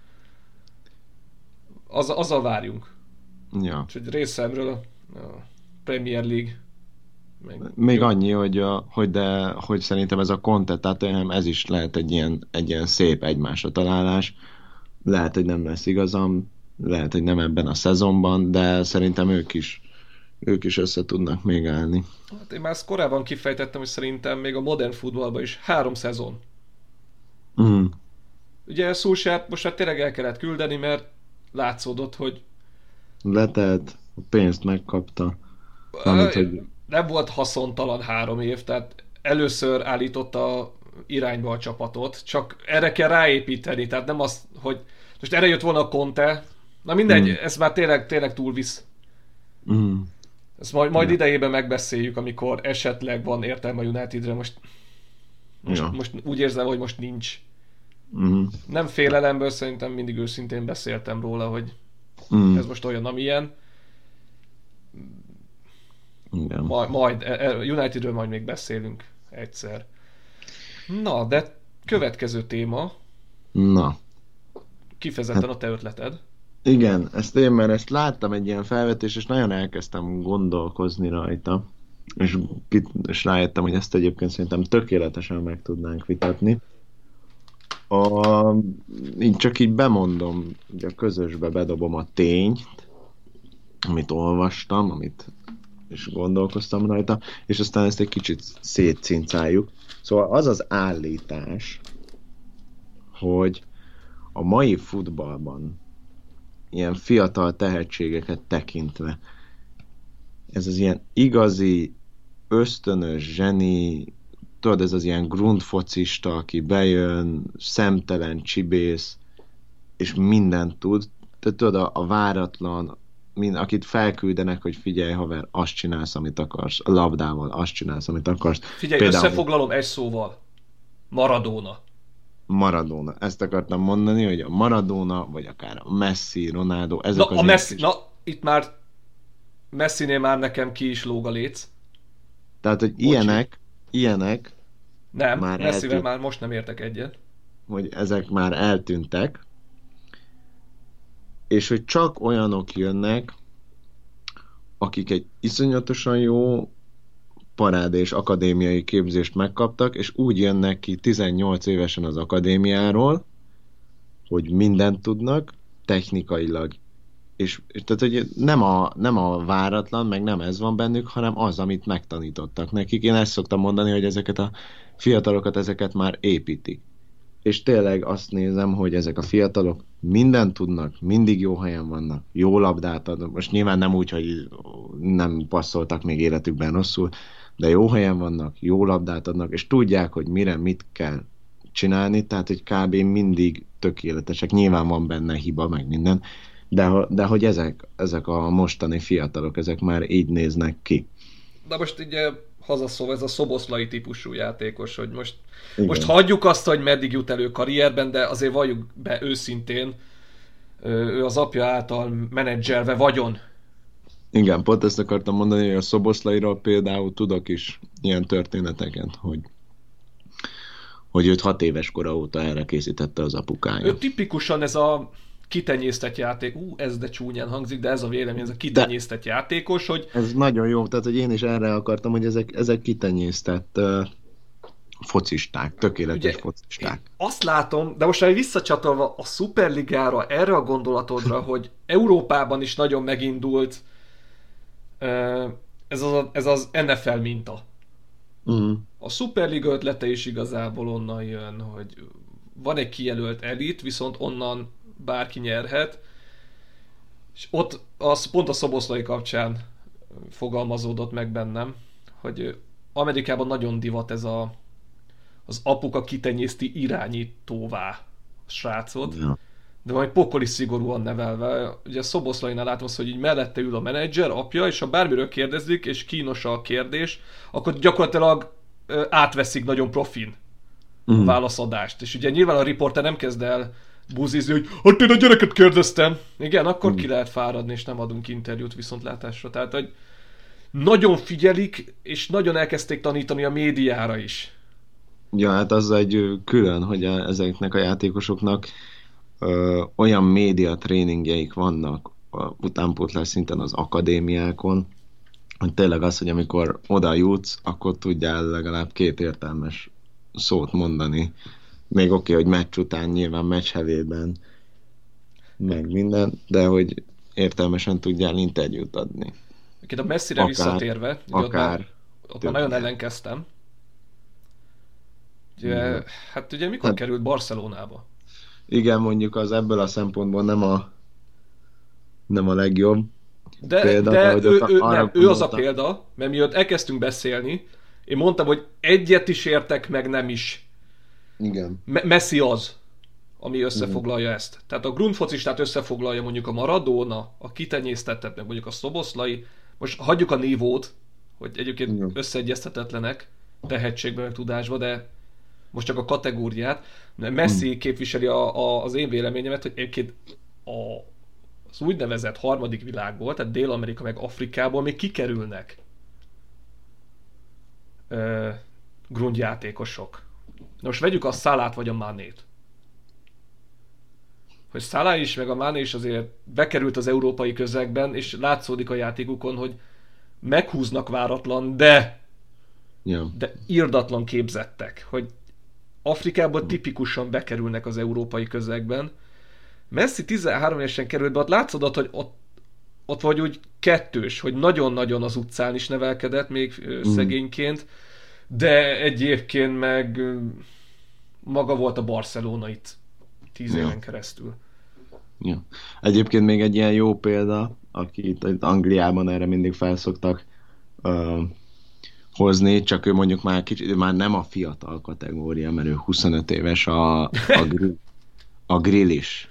azzal várjunk. Ja. Úgyhogy részemről a Premier League, meg Még jó. annyi, hogy szerintem ez a Conte Tottenham, ez is lehet egy ilyen szép egymásra találás. Lehet, hogy nem lesz igazam, lehet, hogy nem ebben a szezonban, de szerintem ők is össze tudnak még állni. Hát én már ezt korábban kifejtettem, hogy szerintem még a modern futballban is 3 szezon. Mm. Ugye Solskjaert most már tényleg el kellett küldeni, mert látszódott, hogy Letelt, a pénzt megkapta, ö, amit, hogy nem volt haszontalan 3 év, tehát először állította irányba a csapatot, csak erre kell ráépíteni, tehát nem az, hogy most erre jött volna a Conte, na mindegy, mm. ez már tényleg túlvisz. Mm. Ezt majd Ja. idejében megbeszéljük, amikor esetleg van értelme a Unitedre, Ja. most úgy érzem, hogy most nincs. Mm. Nem félelemből, szerintem mindig őszintén beszéltem róla, hogy Mm. ez most olyan, amilyen. Igen. Majd Unitedről majd még beszélünk egyszer. Na, de következő téma, Na, kifejezetten hát a te ötleted. igen, mert ezt láttam egy ilyen felvetés, és nagyon elkezdtem gondolkozni rajta, és rájöttem, hogy ezt egyébként szerintem tökéletesen meg tudnánk vitatni. A, Én csak így bemondom, hogy a közösbe bedobom a tényt, amit olvastam, és gondolkoztam rajta, és aztán ezt egy kicsit szétcincáljuk. Szóval az az állítás, hogy a mai futballban ilyen fiatal tehetségeket tekintve ez az ilyen igazi, ösztönös, zseni, tudod, ez az ilyen grundfocista, aki bejön, szemtelen csibész, és mindent tud. Te tudod, a váratlan, akit felküldenek, hogy figyelj haver, azt csinálsz, amit akarsz, a labdával azt csinálsz, amit akarsz. Figyelj, Például összefoglalom egy szóval. Maradona. Maradona. Ezt akartam mondani, hogy a Maradona, vagy akár a Messi, Ronaldo, Na, ezek az a ilyen Messi, kis... na, itt már Messinél már nekem ki is lóg a léc. Tehát, hogy Bocsi. ilyenek Nem, már Messivel eltűnt, már most nem értek egyet. hogy ezek már eltűntek, és hogy csak olyanok jönnek, akik egy iszonyatosan jó parádés akadémiai képzést megkaptak, és úgy jönnek ki 18 évesen az akadémiáról, hogy mindent tudnak, technikailag. És tehát, hogy nem a váratlan, meg nem ez van bennük, hanem az, amit megtanítottak nekik. Én ezt szoktam mondani, hogy ezeket a fiatalokat, ezeket már építik. És tényleg azt nézem, hogy ezek a fiatalok mindent tudnak, mindig jó helyen vannak, jó labdát adnak. Most nyilván nem úgy, hogy nem passzoltak még életükben rosszul, de jó helyen vannak, jó labdát adnak, és tudják, hogy mire mit kell csinálni, tehát hogy kb. Mindig tökéletesek. Nyilván van benne hiba, meg minden, de hogy ezek a mostani fiatalok, ezek már így néznek ki. De most ugye hazaszólva ez a Szoboszlai típusú játékos, hogy most Igen. hagyjuk azt, hogy meddig jut elő karrierben, de azért valljuk be őszintén, ő az apja által menedzselve vagyon. Igen, pont ezt akartam mondani, hogy a Szoboszlairól például tudok is ilyen történeteket, hogy hogy őt 6 éves kora óta erre készítette az Ő apukája. tipikusan ez a kitenyésztett játék, ez de csúnyán hangzik, de ez a vélemény, ez a De kitenyésztett játékos, hogy ez nagyon jó, tehát hogy én is erre akartam, hogy ezek kitenyésztett focisták, tökéletes ugye én focisták. azt látom, de most már visszacsatolva a Superligára, erre a gondolatodra, hogy Európában is nagyon megindult ez az NFL minta. Mm. A Superliga ötlete is igazából onnan jön, hogy van egy kijelölt elit, viszont onnan bárki nyerhet, és ott pont a Szoboszlai kapcsán fogalmazódott meg bennem, hogy Amerikában nagyon divat az apuka kitenyészti irányítóvá a srácot, Ja. de majd pokoli szigorúan nevelve. Ugye Szoboszlainál látom azt, hogy így mellette ül a menedzser, apja, és ha bármiről kérdezik, és kínos a kérdés, akkor gyakorlatilag átveszik nagyon profin a válaszadást. És ugye nyilván a riporter nem kezd el buzizni, hogy hát én a gyereket kérdeztem. Igen, akkor ki lehet fáradni, és nem adunk interjút viszontlátásra. Tehát, hogy nagyon figyelik, és nagyon elkezdték tanítani a médiára is. Ja, hát az egy külön, hogy ezeknek a játékosoknak olyan média tréningjeik vannak utánpótlás szinten az akadémiákon, hogy tényleg az, hogy amikor oda jutsz, akkor tudjál legalább 2 értelmes szót mondani. Még oké, hogy meccs után nyilván meccs hevében, meg minden, de hogy értelmesen tudjál interjút adni. A messzire visszatérve, akár ott már nagyon ellenkeztem. Ugye, hát ugye mikor került Barcelonába? Igen, mondjuk az ebből a szempontból nem a legjobb példa. De ő az a példa, mert miatt elkezdtünk beszélni, én mondtam, hogy egyet is értek, meg nem is. Igen. Messi az, ami összefoglalja ezt. Tehát a grundfocistát összefoglalja mondjuk a Maradona, a kitenyésztettet, meg mondjuk a Szoboszlai. Most hagyjuk a nívót, hogy egyébként összeegyeztetetlenek tehetségben, meg tudásban, de most csak a kategóriát. Messi képviseli az én véleményemet, hogy egyébként az úgynevezett harmadik világból, tehát Dél-Amerika meg Afrikából még kikerülnek grundjátékosok. Na most vegyük a Salát vagy a Manét. Hogy Salah is, meg a Mané is azért bekerült az európai közegben, és látszódik a játékukon, hogy meghúznak váratlan, de irdatlan képzettek, hogy Afrikából tipikusan bekerülnek az európai közegben. Messi 13 évesen került be, ott látszódott, hogy ott vagy úgy kettős, hogy nagyon-nagyon az utcán is nevelkedett még szegényként, de egyébként meg maga volt a Barcelona itt 10 éven keresztül. Ja. Egyébként még egy ilyen jó példa, akit Angliában erre mindig felszoktak hozni, csak ő mondjuk már kicsit, ő már nem a fiatal kategória, mert ő 25 éves, a Grealish,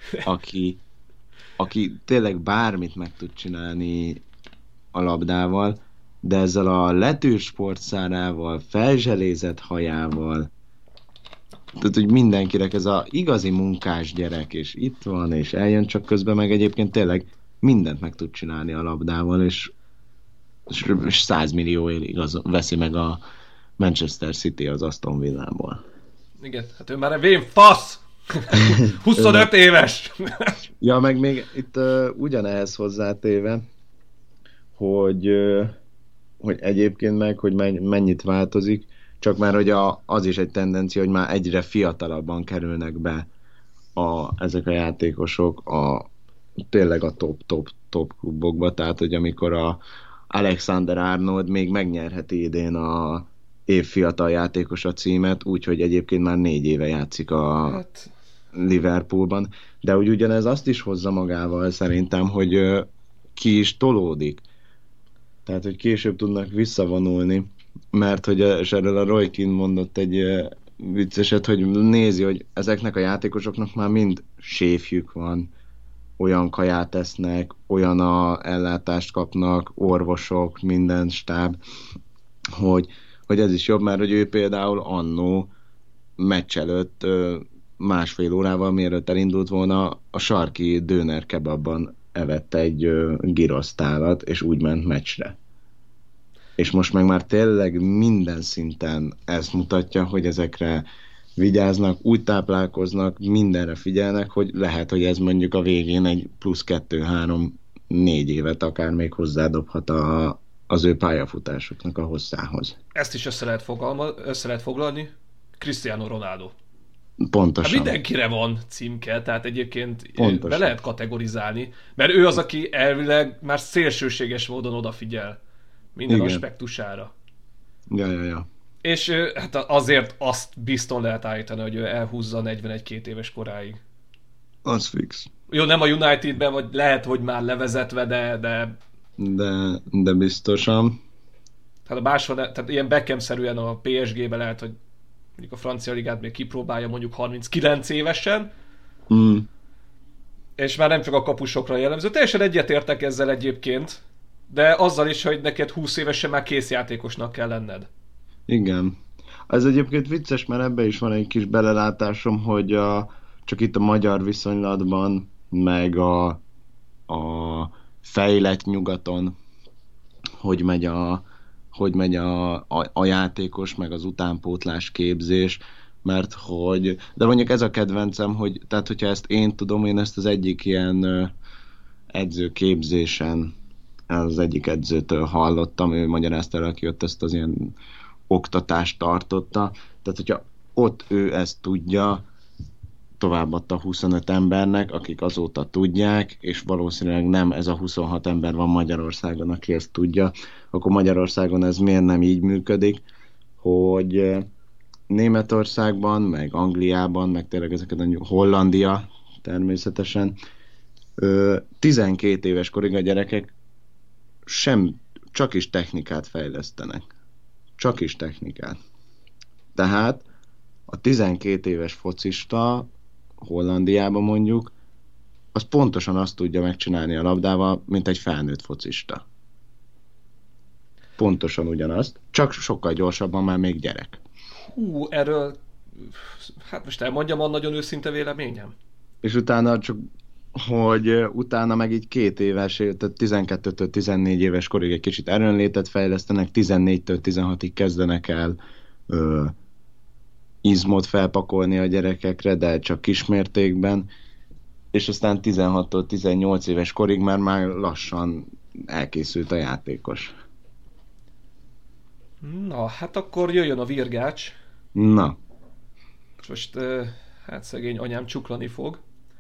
aki tényleg bármit meg tud csinálni a labdával, de ezzel a letűrt sportszárával, felzselézett hajával, tehát, hogy mindenkinek ez a igazi munkás gyerek, és itt van, és eljön, csak közben meg egyébként tényleg mindent meg tud csinálni a labdával, és 100 millióért veszi meg a Manchester City az Aston Villából. Igen, hát ő már vén fasz! 25 éves! Ja, meg még itt ugyanehhez hozzátéve, hogy egyébként meg, hogy mennyit változik, csak már hogy az is egy tendencia, hogy már egyre fiatalabban kerülnek be ezek a játékosok tényleg a top klubokba, tehát hogy amikor a Alexander Arnold még megnyerheti idén a év fiatal játékosa címet, úgyhogy egyébként már 4 éve játszik a Liverpoolban, de úgy ugyanez azt is hozza magával szerintem, hogy ki is tolódik. Tehát, hogy később tudnak visszavonulni, mert hogy és erről a Roy Keane mondott egy vicceset, hogy nézi, hogy ezeknek a játékosoknak már mind séfjük van, olyan kaját esznek, olyan ellátást kapnak, orvosok, minden stáb, hogy ez is jobb, mert hogy ő például annó meccs előtt 1,5 órával, mielőtt elindult volna, a sarki döner kebabban evett egy girosztálat, és úgy ment meccsre. És most meg már tényleg minden szinten ezt mutatja, hogy ezekre vigyáznak, úgy táplálkoznak, mindenre figyelnek, hogy lehet, hogy ez mondjuk a végén egy plusz 2-3-4 évet akár még hozzádobhat az ő pályafutásoknak a hosszához. Ezt is össze lehet foglalni. Cristiano Ronaldo. Pontosan. Hát mindenkire van címke, tehát egyébként Pontosan. be lehet kategorizálni, mert ő az, aki elvileg már szélsőséges módon odafigyel minden Igen. aspektusára. Ja. És hát azért azt bizton lehet állítani, hogy ő elhúzza 41-2 éves koráig. Az fix. Jó, nem a Unitedben, vagy lehet, hogy már levezetve, de De biztosan. hát tehát ilyen Beckham-szerűen a PSG-be lehet, hogy mondjuk a francia ligát még kipróbálja mondjuk 39 évesen, és már nem csak a kapusokra jellemző. Teljesen egyetértek ezzel egyébként, de azzal is, hogy neked 20 évesen már készjátékosnak kell lenned. Igen. Ez egyébként vicces, mert ebbe is van egy kis belelátásom, hogy csak itt a magyar viszonylatban, meg a fejlett nyugaton, hogy megy a játékos, meg az utánpótlás képzés, mert hogy, de mondjuk ez a kedvencem, hogy, tehát hogyha ezt én tudom, én ezt az egyik ilyen edzőképzésen az egyik edzőtől hallottam, ő magyarázta el, aki ott ezt az ilyen oktatást tartotta, tehát hogyha ott ő ezt tudja, továbbadta 25 embernek, akik azóta tudják, és valószínűleg nem ez a 26 ember van Magyarországon, aki ezt tudja, akkor Magyarországon ez miért nem így működik, hogy Németországban, meg Angliában, meg tényleg ezeket a Hollandia természetesen, 12 éves korig a gyerekek csak is technikát fejlesztenek. Csak is technikát. Tehát a 12 éves focista Hollandiában mondjuk, az pontosan azt tudja megcsinálni a labdával, mint egy felnőtt focista. Pontosan ugyanazt, csak sokkal gyorsabban már még gyerek. Erről, hát most elmondjam a nagyon őszinte véleményem. És utána csak, hogy utána meg így 2 éves, tehát 12-től 14 éves korig egy kicsit erőnlétet fejlesztenek, 14-től 16-ig kezdenek el izmot felpakolni a gyerekekre, de csak kismértékben, és aztán 16-tól 18 éves korig már lassan elkészült a játékos. Na, hát akkor jöjjön a virgács. Na. Most, hát szegény anyám csuklani fog.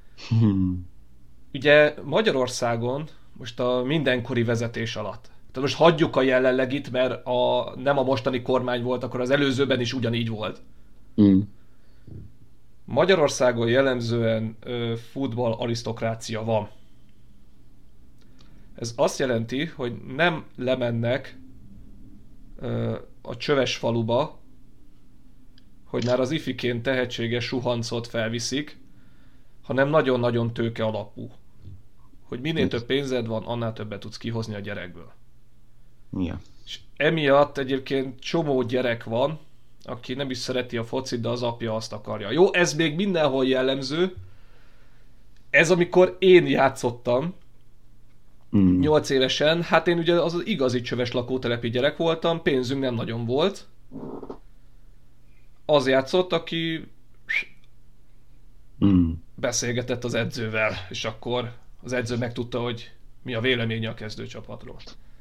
Ugye Magyarországon most a mindenkori vezetés alatt, tehát most hagyjuk a jelenlegit, mert nem a mostani kormány volt, akkor az előzőben is ugyanígy volt. Magyarországon jellemzően futball arisztokrácia van. Ez azt jelenti, hogy nem lemennek a csöves faluba, hogy már az ifiként tehetséges suhancot felviszik, hanem nagyon-nagyon tőke alapú. Hogy minél több pénzed van, annál többet tudsz kihozni a gyerekből. Ja. És emiatt egyébként csomó gyerek van, aki nem is szereti a focit, de az apja azt akarja. Jó, ez még mindenhol jellemző. Ez amikor én játszottam, 8 évesen, hát én ugye az igazi csöves lakótelepi gyerek voltam, pénzünk nem nagyon volt. Az játszott, aki beszélgetett az edzővel, és akkor az edző megtudta, hogy mi a véleménye a kezdőcsapatról.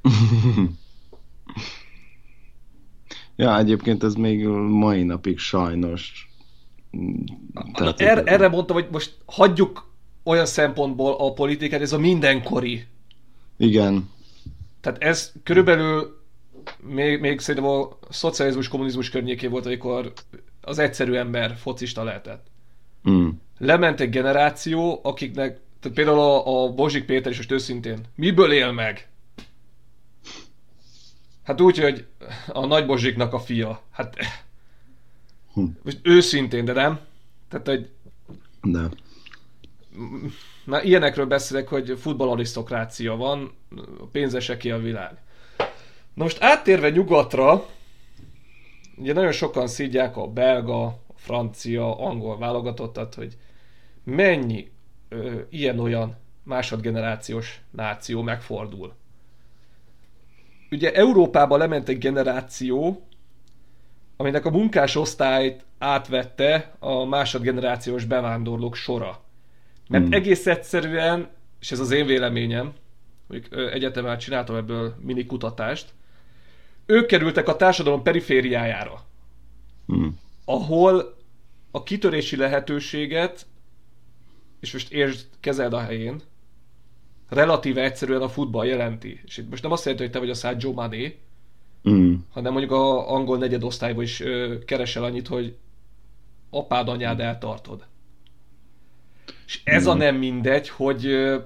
Ja, egyébként ez még mai napig sajnos. Tehát erre mondtam, hogy most hagyjuk olyan szempontból a politikát, ez a mindenkori. Igen. Tehát ez körülbelül még szerintem a szocializmus, kommunizmus környékén volt, amikor az egyszerű ember focista lehetett. Lement egy generáció, akiknek, tehát például a Bozsik Péter is most őszintén, miből él meg? Hát úgy, hogy a Nagy Bozsiknak a fia. Hát most őszintén, de nem? Tehát, hogy nem. Már ilyenekről beszélek, hogy futballarisztokrácia van, a pénzeseké a világ. Na most áttérve nyugatra, ugye nagyon sokan szidják a belga, a francia, angol válogatottat, hogy mennyi ilyen-olyan másodgenerációs náció megfordul. Ugye Európába lement egy generáció, aminek a munkásosztályt átvette a másodgenerációs bevándorlók sora. Mert egész egyszerűen, és ez az én véleményem, hogy egyetemen csináltam ebből mini kutatást, ők kerültek a társadalom perifériájára, ahol a kitörési lehetőséget, és most kezeld a helyén, relatíve egyszerűen a futball jelenti. És itt most nem azt jelenti, hogy te vagy a Sadio Mané, hanem mondjuk a angol negyedosztályban is keresel annyit, hogy apád, anyád eltartod. És ez a nem mindegy, hogy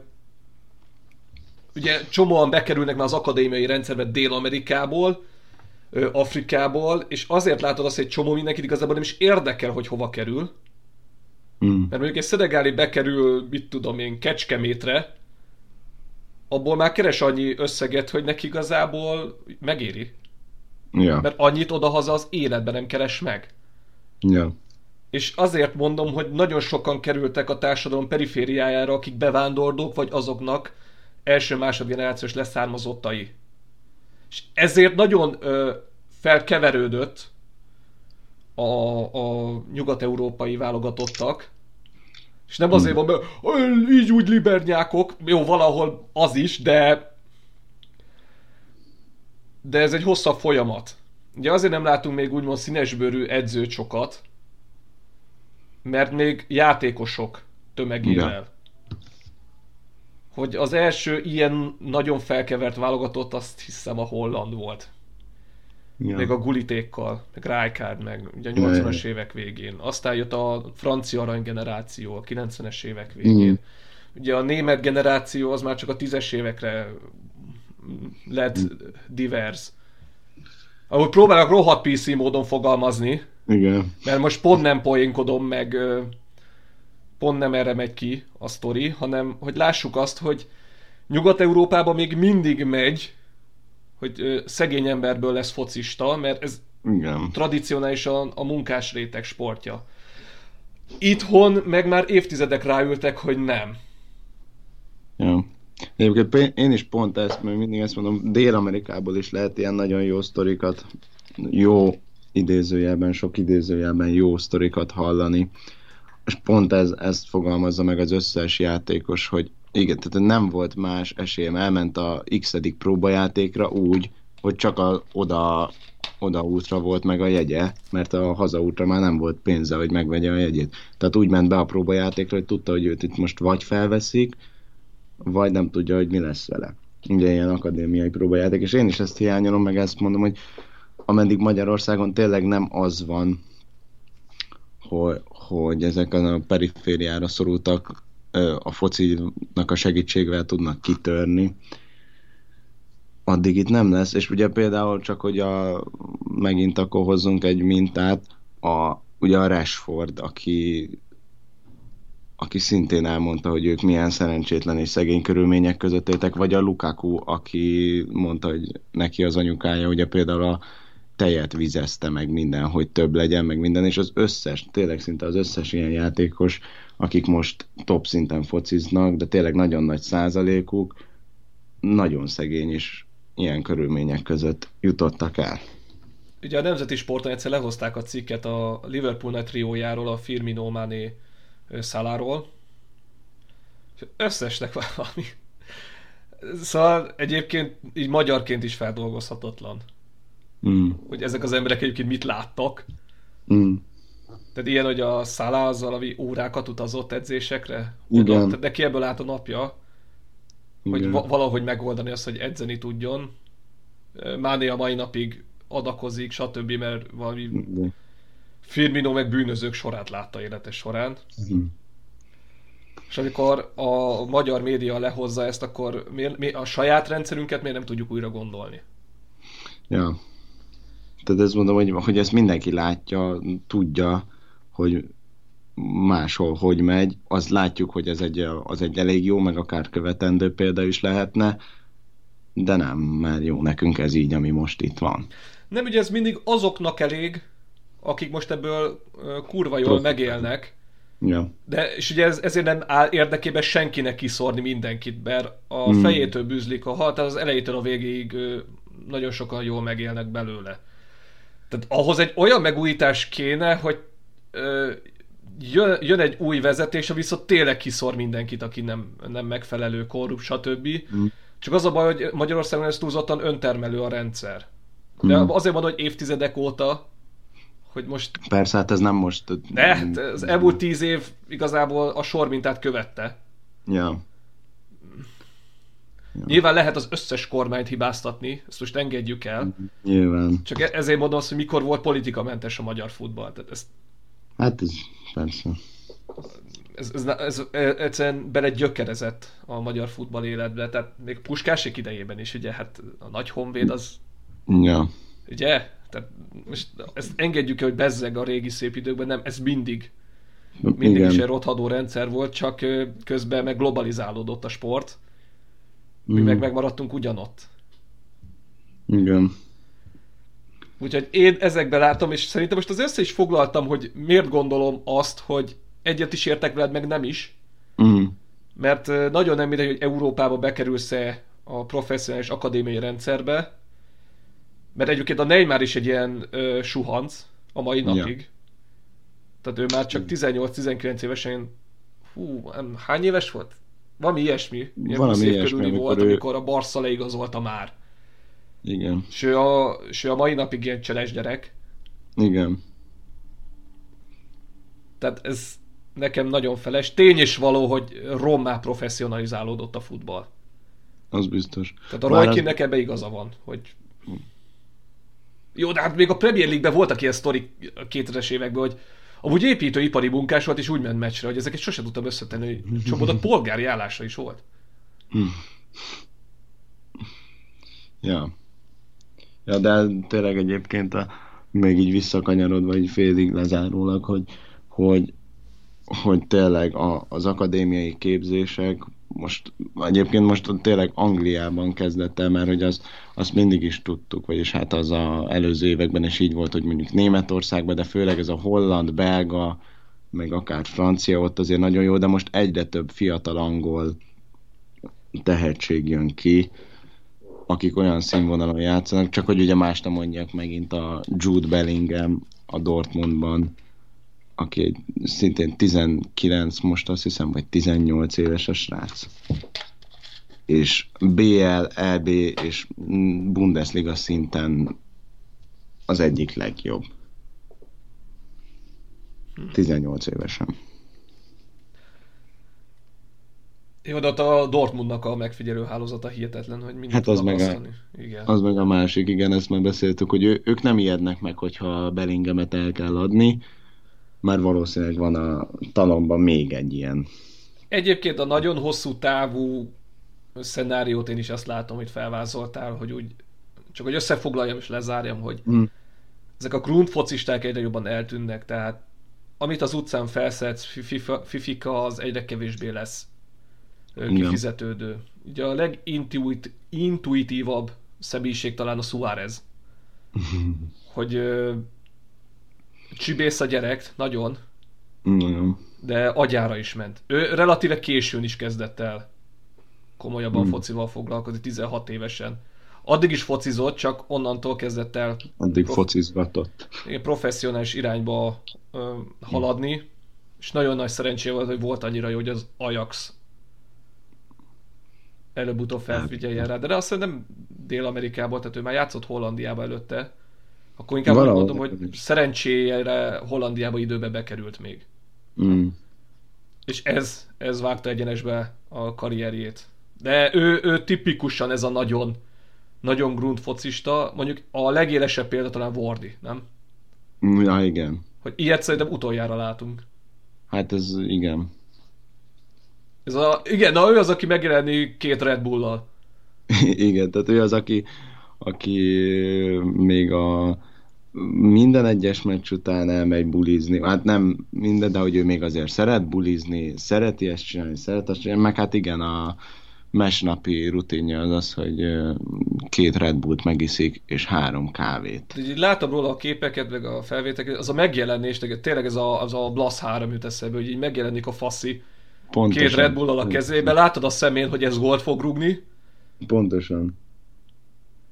ugye csomóan bekerülnek már az akadémiai rendszerbe Dél-Amerikából, Afrikából, és azért látod azt, hogy egy csomó mindenkit igazából nem is érdekel, hogy hova kerül. Mert mondjuk egy szenegáli bekerül, mit tudom én, Kecskemétre, abból már keres annyi összeget, hogy neki igazából megéri. Ja. Mert annyit odahaza az életben nem keres meg. Ja. És azért mondom, hogy nagyon sokan kerültek a társadalom perifériájára, akik bevándorlók, vagy azoknak első-másodgenerációs leszármazottai. És ezért nagyon felkeverődött a nyugat-európai válogatottak, és nem azért van, mert így úgy libernyákok, jó, valahol az is, de ez egy hosszabb folyamat. Ugye azért nem látunk még úgymond színesbőrű edzőt sokat, mert még játékosok tömegével. Ja. Hogy az első ilyen nagyon felkevert válogatott, azt hiszem a holland volt. Ja. Még a Gulitékkal, meg Rijkaard, meg ugye a 80-as évek végén. Aztán jött a francia aranygeneráció a 90-es évek végén. Ugye a német generáció az már csak a 10-es évekre lett divers. Ahogy próbálok rohadt PC módon fogalmazni, igen. Mert most pont nem poénkodom, meg pont nem erre megy ki a sztori, hanem hogy lássuk azt, hogy Nyugat-Európában még mindig megy, hogy szegény emberből lesz focista, mert ez igen. Tradicionálisan a munkás réteg sportja. Itthon meg már évtizedek ráültek, hogy nem. Ja. Egyébként én is pont ezt, mert mindig ezt mondom, Dél-Amerikából is lehet ilyen nagyon jó sztorikat, jó idézőjelben, sok idézőjelben jó sztorikat hallani. És pont ezt fogalmazza meg az összes játékos, hogy igen, tehát nem volt más esélyem, elment a x-edik próbajátékra úgy, hogy csak oda útra volt meg a jegye, mert a hazaútra már nem volt pénze, hogy megvegye a jegyét. Tehát úgy ment be a próbajátékra, hogy tudta, hogy őt itt most vagy felveszik, vagy nem tudja, hogy mi lesz vele. Ugye ilyen akadémiai próbajáték, és én is ezt hiányolom, meg ezt mondom, hogy ameddig Magyarországon tényleg nem az van, hogy ezeken a perifériára szorultak a focinak a segítségével tudnak kitörni, addig itt nem lesz, és ugye például csak, hogy megint akkor hozzunk egy mintát, ugye a Rashford, aki szintén elmondta, hogy ők milyen szerencsétlen és szegény körülmények között éltek, vagy a Lukaku, aki mondta, hogy neki az anyukája, ugye például a tejet vizezte meg minden, hogy több legyen, meg minden, és az összes, tényleg szinte az összes ilyen játékos, akik most top szinten fociznak, de tényleg nagyon nagy százalékuk, nagyon szegény és ilyen körülmények között jutottak el. Ugye a Nemzeti Sporton egyszer lehozták a cikket a Liverpool nagy triójáról, a Firmino, Mané, Salahról. Összesnek valami. Szóval egyébként így magyarként is feldolgozhatatlan. Hogy ezek az emberek egyébként mit láttak. Tehát ilyen, hogy a Salah az valami órákat utazott edzésekre. Tehát neki ebből állt a napja, hogy valahogy megoldani azt, hogy edzeni tudjon. Mané a mai napig adakozik, stb., mert valami Firmino meg bűnözők sorát látta élete során. És amikor a magyar média lehozza ezt, akkor a saját rendszerünket miért nem tudjuk újra gondolni? Ja. Tehát ezt mondom, hogy ezt mindenki látja, tudja, hogy máshol hogy megy. Azt látjuk, hogy az egy elég jó, meg akár követendő példa is lehetne, de nem, mert jó, nekünk ez így, ami most itt van. Nem, ugye ez mindig azoknak elég, akik most ebből kurva jól megélnek. Ja. De, és ugye ezért nem áll érdekében senkinek kiszórni mindenkit, mert a fejétől bűzlik a hal, tehát az elejétől a végéig nagyon sokan jól megélnek belőle. Tehát ahhoz egy olyan megújítás kéne, hogy ö, jön egy új vezetés, ami viszont tényleg kiszor mindenkit, aki nem megfelelő, korrupt, stb. Mm. Csak az a baj, hogy Magyarországon ez túlzottan öntermelő a rendszer. De azért mondom, hogy évtizedek óta, hogy most... Persze, hát ez nem most... De, az elmúlt 10 év igazából a sormintát követte. Ja. Nyilván lehet az összes kormányt hibáztatni, ezt most engedjük el. Nyilván. Csak ezért mondom azt, hogy mikor volt politikamentes a magyar futball. Tehát Hát ez persze. ez egyszerűen belegyökerezett a magyar futball életbe. Tehát még Puskásék idejében is, ugye, hát a nagy Honvéd az... Ja. Ugye? Tehát most ezt engedjük el, hogy bezzeg a régi szép időkben, nem, ez mindig Igen. is egy rothadó rendszer volt, csak közben meg globalizálódott a sport. Mi meg megmaradtunk ugyanott. Igen. Úgyhogy én ezekben látom, és szerintem most az össze is foglaltam, hogy miért gondolom azt, hogy egyet is értek veled, meg nem is. Mert nagyon nem mindegy, hogy Európába bekerülsz-e a professzionális akadémiai rendszerbe, mert egyébként a Neymar is egy ilyen suhanc a mai napig. Ja. Tehát ő már csak 18-19 évesen, hány éves volt? Valami ilyesmi. Valami ilyesmi, volt, amikor a Barca leigazolta már. Igen. És ő a mai napig ilyen cseles gyerek. Igen. Tehát ez nekem nagyon feles. Tény és való, hogy rommá professzionalizálódott a futball. Az biztos. Tehát a Roykinnek ebbe igaza van, hogy... Jó, de hát még a Premier League-ben voltak ilyen sztorik a 2000-es években, hogy amúgy építőipari munkás volt, és úgy ment meccsre, hogy ezeket sosem tudtam összetenni, hogy csomódott polgári állásra is volt. Ja. Ja, de tényleg egyébként még így visszakanyarodva, így félig lezárólag, hogy tényleg az akadémiai képzések egyébként most tényleg Angliában kezdett el, mert hogy azt mindig is tudtuk, vagyis hát az előző években is így volt, hogy mondjuk Németországban, de főleg ez a holland, belga, meg akár francia ott azért nagyon jó, de most egyre több fiatal angol tehetség jön ki, akik olyan színvonalon játszanak, csak hogy ugye más nem mondják megint a Jude Bellingham a Dortmundban, aki egy szintén 19, most azt hiszem, vagy 18 éves a srác. És BL, EB és Bundesliga szinten az egyik legjobb. 18 évesen. Jó, de ott a Dortmundnak a megfigyelő hálózata hihetetlen, hogy mindent hát az tudnak meg asztani. Igen. Az meg a másik, igen, ezt már beszéltük, hogy ők nem ijednek meg, hogyha Bellinghamet el kell adni, már valószínűleg van a talomban még egy ilyen. Egyébként a nagyon hosszú távú szenáriót én is azt látom, hogy felvázoltál, hogy úgy, csak hogy összefoglaljam és lezárjam, hogy ezek a grundfocisták egyre jobban eltűnnek, tehát amit az utcán felszedsz, fifika, az egyre kevésbé lesz kifizetődő. Ugye a legintuitívabb személyiség talán a Suárez. Hogy csibész a gyerek, nagyon, de agyára is ment. Ő relatíve későn is kezdett el komolyabban focival foglalkozni, 16 évesen. Addig is focizott, csak onnantól kezdett el focizgatott. Professzionális irányba haladni, és nagyon nagy szerencsé volt, hogy volt annyira jó, hogy az Ajax előbb-utóbb felfigyeljen rá. De azt szerintem Dél-Amerikából, tehát ő már játszott Hollandiába előtte. Akkor inkább úgy mondom, hogy szerencsére Hollandiába időbe bekerült még. És ez vágta egyenesbe a karrierjét. De ő tipikusan ez a nagyon, nagyon grund focista. Mondjuk a legélesebb példa talán Wardy, nem? Ja, igen. Hogy ilyet szerintem utoljára látunk. Hát ez igen. Igen, ő az, aki megjelenik 2 Red Bull-lal. Igen, tehát ő az, aki még a minden egyes meccs után elmegy bulizni. Hát nem minden, de hogy ő még azért szeret bulizni, szereti ezt csinálni, szeret azt csinálni, meg hát igen, a mesnapi rutinja az, hogy 2 Red Bullt megiszik, és 3 kávét. Látom róla a képeket, meg a felvételeket, az a megjelenés, tényleg az a Blasz 3 jut eszembe, hogy így megjelenik a faszi Pontosan. 2 Red Bull-al a kezébe, látod a szemén, hogy ez gólt fog rúgni. Pontosan.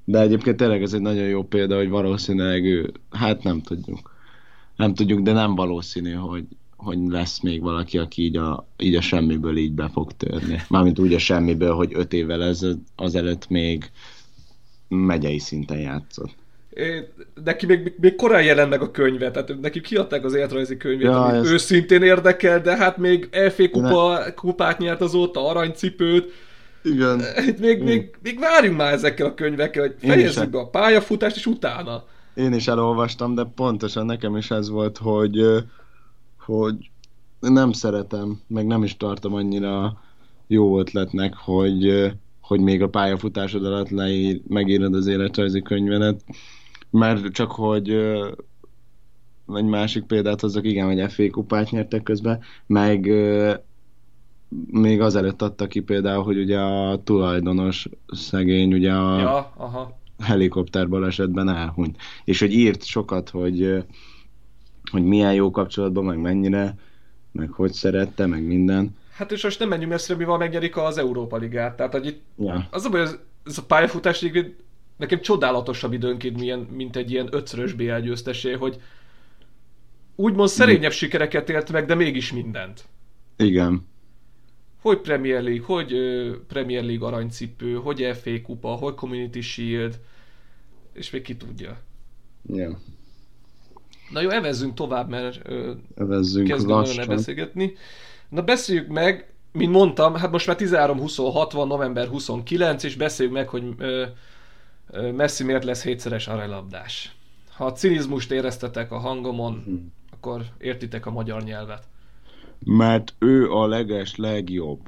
De egyébként tényleg ez egy nagyon jó példa, hogy valószínűleg ő, hát nem tudjuk. Nem tudjuk, de nem valószínű, hogy lesz még valaki, aki így a semmiből így be fog törni. Mármint úgy a semmiből, hogy 5 évvel azelőtt még megyei szinten játszott. Neki még korán jelent meg a könyve, tehát neki kiadták az életrajzi könyvét, Ja, ami ez... őszintén érdekel, de hát még FA kupát nyert azóta, aranycipőt. Igen. Itt még várjunk már ezekkel a könyvekkel, hogy fejezzük be a pályafutást, és utána. Én is elolvastam, de pontosan nekem is ez volt, hogy nem szeretem, meg nem is tartom annyira jó ötletnek, hogy még a pályafutásod alatt megírod az életrajzi könyvenet, mert csak hogy egy másik példát hozzak, igen, hogy FA kupát nyertek közben, meg még azelőtt adta ki például, hogy ugye a tulajdonos szegény ugye a helikopter balesetben elhunyt. És hogy írt sokat, hogy milyen jó kapcsolatban, meg mennyire, meg hogy szerette, meg minden. Hát és most nem menjünk messzire, mivel megnyerik az Európa Ligát. Tehát, hogy itt az a baj, ez a pályafutás nekem csodálatosabb időnként, mint egy ilyen 5-szörös BL győztesé, hogy úgymond szerényebb sikereket élt meg, de mégis mindent. Igen. Hogy Premier League, hogy Premier League aranycipő, hogy FA kupa, hogy Community Shield, és még ki tudja. Ja. Na jó, evezzünk tovább, mert kezdünk nagyon beszélgetni. Na beszéljük meg, mint mondtam, hát most már 13-26 van, november 29, és beszéljük meg, hogy Messi miért lesz 7-szeres aranylabdás. Ha a cinizmust éreztetek a hangomon, akkor értitek a magyar nyelvet. Mert ő a legjobb.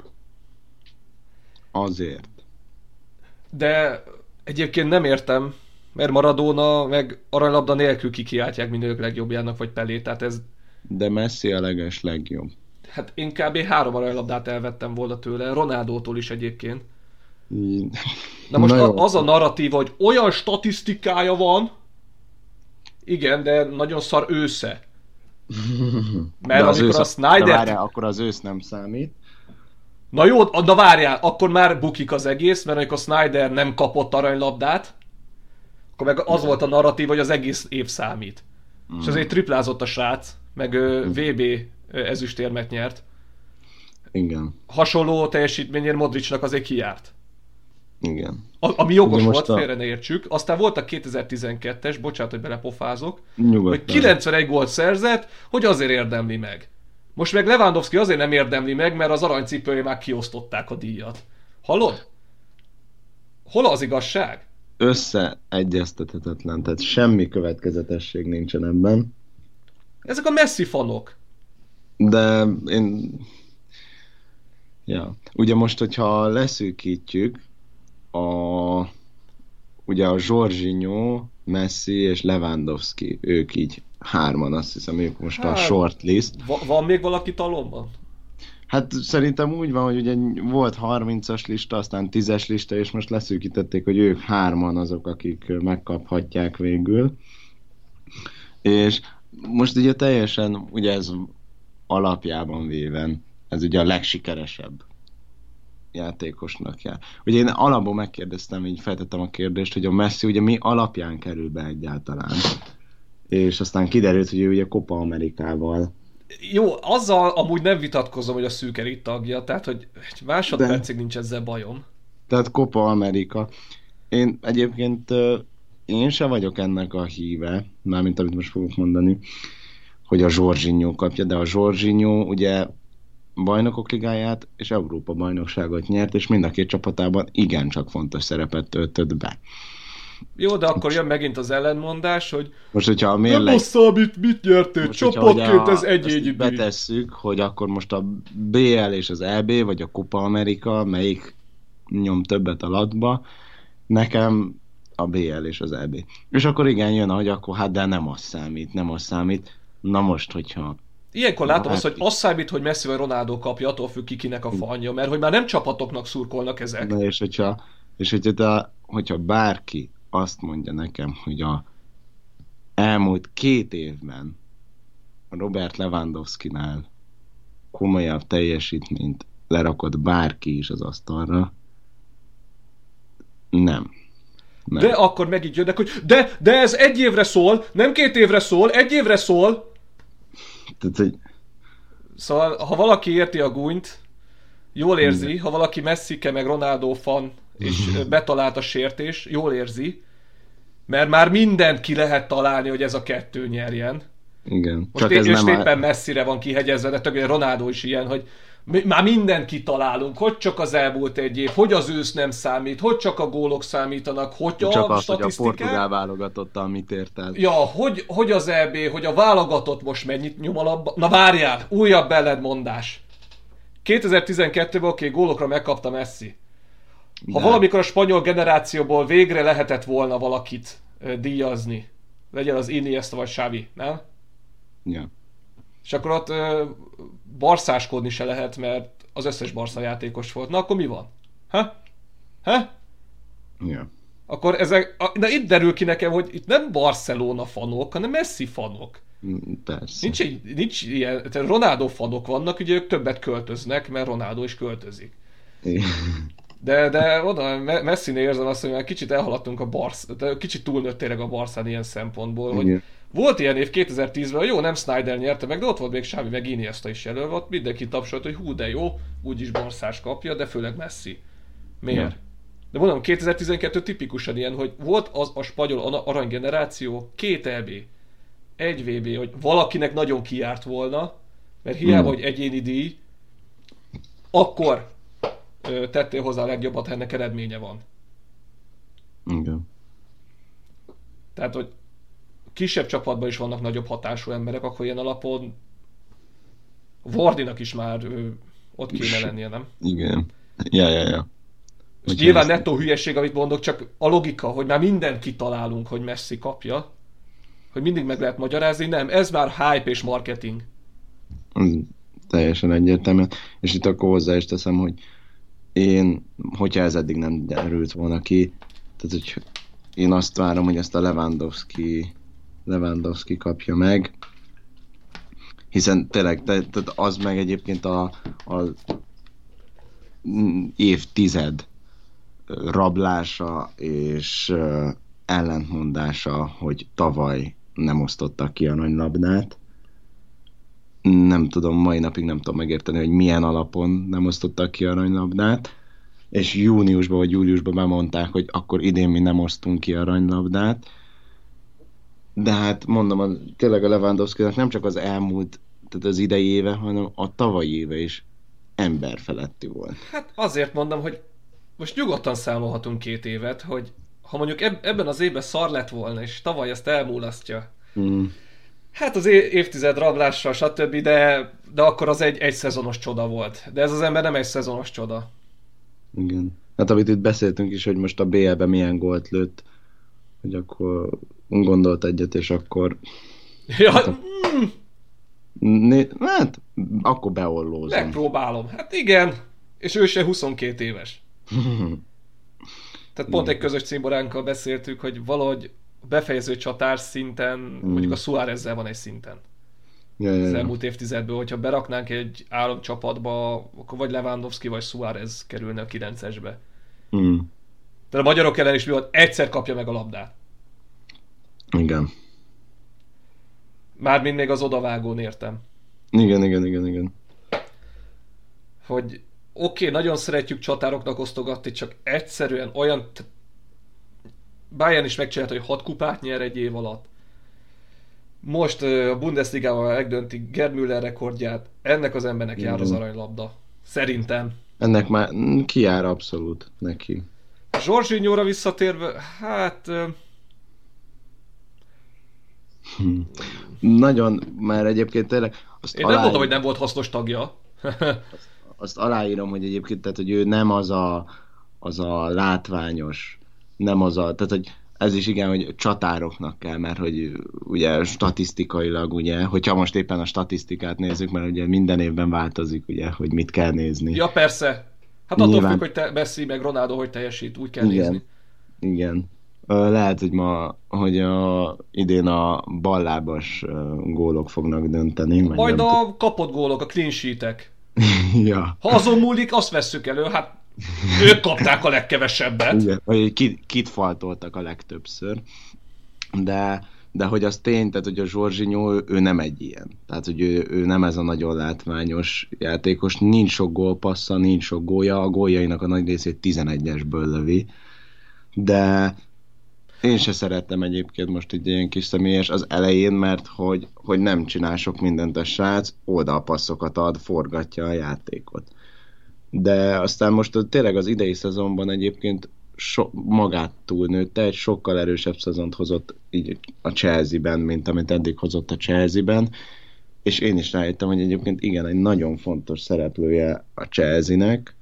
Azért. De egyébként nem értem, mert Maradona meg aranylabda nélkül kikiáltják mindők legjobbjának, vagy Pelé, tehát ez... De Messi a legjobb. Hát én kb. 3 aranylabdát elvettem volna tőle, Ronaldótól is egyébként. Na most az a narratíva, hogy olyan statisztikája van, igen, de nagyon szar ősze. Mert de amikor a Snyder... De várjál, akkor az ősz nem számít. Na jó, de várjál, akkor már bukik az egész, mert amikor Snyder nem kapott aranylabdát, akkor meg az volt a narratív, hogy az egész év számít. És azért triplázott a srác, meg VB ezüstérmet nyert. Igen. Hasonló teljesítményért Modricnak azért kijárt. Igen. Ami jogos volt, félre ne értsük. Aztán volt a 2012-es, bocsánat, hogy belepofázok, hogy 91 gólt szerzett, hogy azért érdemli meg. Most meg Lewandowski azért nem érdemli meg, mert az aranycipője már kiosztották a díjat. Hallod? Hol az igazság? Összeegyeztethetetlen, tehát semmi következetesség nincsen ebben. Ezek a Messi fanok. De én... Ja. Ugye most, hogyha leszűkítjük, ugye a Jorginho, Messi és Lewandowski, ők így 3-an, azt hiszem, ők most a shortlist. Van még valaki talomban? Hát szerintem úgy van, hogy ugye volt 30-as lista, aztán 10-es lista, és most leszűkítették, hogy ők 3-an azok, akik megkaphatják végül. És most ugye teljesen, ugye ez alapjában véven, ez ugye a legsikeresebb játékosnak jár. Ugye én alapból megkérdeztem, így feltettem a kérdést, hogy a Messi ugye mi alapján kerül be egyáltalán. És aztán kiderült, hogy ő ugye Copa Amerikával. Jó, azzal amúgy nem vitatkozom, hogy a szűk elit tagja, tehát hogy egy másodpercig nincs ezzel bajom. Tehát Copa Amerika. Én egyébként én se vagyok ennek a híve, mármint amit most fogok mondani, hogy a Jorginho kapja, de a Jorginho ugye bajnokok ligáját és Európa bajnokságot nyert, és mind a két csapatában igencsak fontos szerepet töltött be. Jó, de akkor jön megint az ellenmondás, hogy most, hogyha a nem az számít, mit nyertél, csapatként ez egyéni díj. Betesszük, hogy akkor most a BL és az EB, vagy a Copa Amerika, melyik nyom többet a latba, nekem a BL és az EB. És akkor igen, jön, hogy akkor hát de nem az számít. Na most, hogyha... Ilyenkor látom azt, hogy az számít, hogy Messi vagy Ronaldo kapja, attól függ ki kinek a fanja, mert hogy már nem csapatoknak szurkolnak ezek. Na és hogyha bárki azt mondja nekem, hogy a elmúlt 2 évben Robert Lewandowskinál komolyabb teljesítményt lerakott bárki is az asztalra, nem. De akkor megint jönnek, hogy de ez 1 évre szól, nem 2 évre szól, 1 évre szól. Tehát, hogy... Szóval, ha valaki érti a gúnyt, jól érzi, ha valaki Messike meg Ronaldo fan, és betalált a sértés, jól érzi, mert már mindent ki lehet találni, hogy ez a 2 nyerjen. Igen. Most és éppen Messire van kihegyezve, de tökéletesen Ronaldo is ilyen, hogy már mindent kitalálunk, hogy csak az elmúlt 1 év, hogy az ősz nem számít, hogy csak a gólok számítanak, hogy csak a az, statisztikák. hogy a portugál válogatottal mit ért el. Ja, hogy az EB, hogy a válogatott most mennyit nyom alapba. Na várjál, újabb ellentmondás. 2012-ben oké, gólokra megkapta Messi. Ha valamikor a spanyol generációból végre lehetett volna valakit díjazni, legyen az Iniesta vagy Xavi, nem? Ja. És akkor ott barszáskodni se lehet, mert az összes Barca játékos volt. Na akkor mi van? Ha? Ja. Akkor de itt derül ki nekem, hogy itt nem Barcelona fanok, hanem Messi fanok. Persze. Nincs ilyen, tehát Ronaldo fanok vannak, ugye ők többet költöznek, mert Ronaldo is költözik. Igen. De oda Messinél érzem azt, hogy már kicsit elhaladtunk a Barca, kicsit túlnőtt tényleg a Barcán ilyen szempontból, hogy volt ilyen év 2010-ben, jó, nem Snyder nyerte meg, de ott volt még Xavi, meg Iniesta is jelölve, ott mindenki tapsolt, hogy hú, de jó, úgyis Barszás kapja, de főleg Messi. Miért? Ja. De mondom, 2012 tipikusan ilyen, hogy volt az a spanyol aranygeneráció, 2 EB, 1 VB, hogy valakinek nagyon kijárt volna, mert hiába, hogy egyéni díj, akkor tettél hozzá a legjobbat, ha ennek eredménye van. Igen. Tehát, hogy kisebb csapatban is vannak nagyobb hatású emberek, akkor ilyen alapon Vardynak is már ott kéne lennie, nem? Igen. Ja. És nyilván nettó hülyeség, amit mondok, csak a logika, hogy már mindent kitalálunk, hogy Messi kapja, hogy mindig meg lehet magyarázni, nem, ez már hype és marketing. Teljesen egyértelmű. És itt akkor hozzá is teszem, hogy hogyha ez eddig nem derült volna ki, tehát hogy én azt várom, hogy ezt a Lewandowski kapja meg, hiszen tényleg tehát az meg egyébként a évtized rablása és ellentmondása, hogy tavaly nem osztottak ki aranylabdát. Nem tudom, mai napig nem tudom megérteni, hogy milyen alapon nem osztottak ki aranylabdát, és júniusban vagy júliusban bemondták, hogy akkor idén mi nem osztunk ki aranylabdát. De hát mondom, tényleg a Lewandowskinak nem csak az elmúlt, tehát az idei éve, hanem a tavalyi éve is emberfeletti volt. Hát azért mondom, hogy most nyugodtan számolhatunk 2 évet, hogy ha mondjuk ebben az évben szar lett volna, és tavaly ezt elmulasztja, hát az évtized rablással, stb., de akkor az egy szezonos csoda volt. De ez az ember nem egy szezonos csoda. Igen. Hát amit itt beszéltünk is, hogy most a BL-ben milyen gólt lőtt, hogy akkor gondolt egyet, és akkor... Ja, hát, akkor beollózom. Megpróbálom. Hát igen, és ő se 22 éves. Tehát pont egy közös cimboránkkal beszéltük, hogy valahogy befejező csatár szinten, mondjuk a Suárezzel van egy szinten. Az elmúlt évtizedből, hogyha beraknánk egy államcsapatba, akkor vagy Lewandowski, vagy Suárez kerülne a 9-esbe. Tehát a magyarok ellen is mi volt? Egyszer kapja meg a labdát. Igen. Mármint még az odavágón értem. Igen. Hogy oké, nagyon szeretjük csatároknak osztogatni, csak egyszerűen olyan... Bayern is megcsinálta, hogy 6 kupát nyer egy év alatt. Most a Bundesligában megdönti Gerd Müller rekordját. Ennek az embernek jár az aranylabda. Szerintem. Ennek már kijár abszolút neki. Jorginho-ra visszatérve, hát... Nagyon, már egyébként tényleg... Én nem mondom, hogy nem volt hasznos tagja. Azt aláírom, hogy egyébként, tehát, hogy ő nem az a látványos, nem az a... Tehát, hogy ez is igen, hogy csatároknak kell, mert hogy ugye statisztikailag, ugye, hogyha most éppen a statisztikát nézzük, mert ugye minden évben változik, ugye, hogy mit kell nézni. Ja, persze. Hát attól függ, hogy Messi meg Ronaldo hogy teljesít, úgy kell nézni. Igen. Lehet, hogy idén a ballábas gólok fognak dönteni. Majd a kapott gólok, a clean sheetek. Ja. Ha azon múlik, azt vesszük elő. Hát Ők kapták a legkevesebbet. Igen, vagy kit faltoltak a legtöbbször. De hogy az tény, tehát hogy a Jorginho, ő nem egy ilyen. Tehát, hogy ő nem ez a nagyon látványos játékos, nincs sok gólpassza, nincs sok gólja, a góljainak a nagy részét 11-esből lövi, de én se szerettem egyébként most egy ilyen kis személyes az elején, mert hogy nem csinál sok mindent a srác, oldalpasszokat ad, forgatja a játékot. De aztán most tényleg az idei szezonban egyébként magát túlnőtte, egy sokkal erősebb szezont hozott így a Chelsea-ben, mint amit eddig hozott a Chelsea-ben, és én is rájöttem, hogy egyébként igen, egy nagyon fontos szereplője a Chelsea-nek.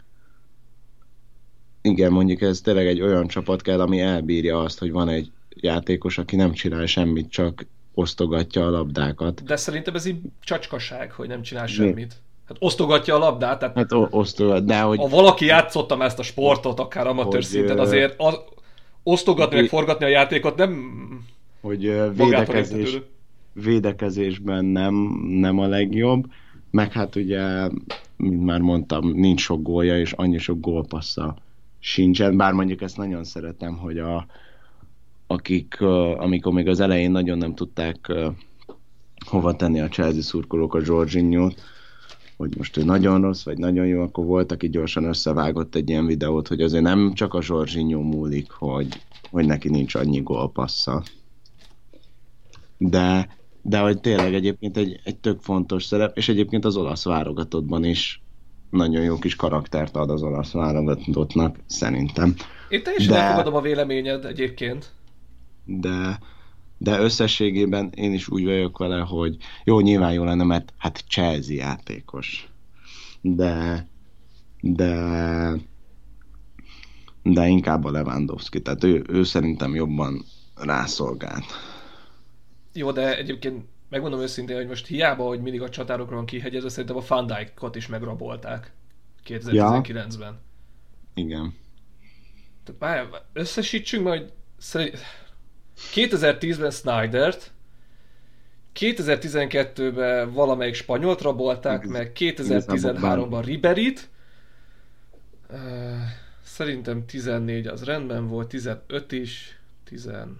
Igen, mondjuk ez tényleg egy olyan csapat kell, ami elbírja azt, hogy van egy játékos, aki nem csinál semmit, csak osztogatja a labdákat. De szerintem ez így csacskaság, hogy nem csinál semmit. Hát osztogatja a labdát, tehát Hát osztogat, de hogy... Ha valaki játszottam ezt a sportot, akár amatőr szinten, azért osztogatni, meg forgatni a játékot nem... Hogy védekezésben nem a legjobb, meg hát ugye, mint már mondtam, nincs sok gólja, és annyi sok gólpassza sincsen, bár mondjuk ezt nagyon szeretem, hogy akik, amikor még az elején nagyon nem tudták hova tenni a Chelsea szurkolók a Jorginho-t, hogy most ő nagyon rossz, vagy nagyon jó, akkor volt, aki gyorsan összevágott egy ilyen videót, hogy azért nem csak a Jorginho múlik, hogy neki nincs annyi gólpassza. De hogy tényleg egyébként egy tök fontos szerep, és egyébként az olasz válogatottban is nagyon jó kis karaktert ad az olasz válogatottnak, szerintem. Én teljesen elfogadom a véleményed egyébként. De összességében én is úgy vagyok vele, hogy jó, nyilván jó lenne, mert hát Chelsea játékos. De inkább a Lewandowski, tehát ő szerintem jobban rászolgált. Jó, de egyébként megmondom őszintén, hogy most hiába, hogy mindig a csatárokra van kihegyezve, szerintem a Van Dijkot is megrabolták 2019-ben. Ja. Igen. Tehát összesítsünk majd 2010-ben Snydert, 2012-ben valamelyik spanyolt rabolták meg, 2013-ban Riberyt, szerintem 14 az rendben volt, 15 is, 16,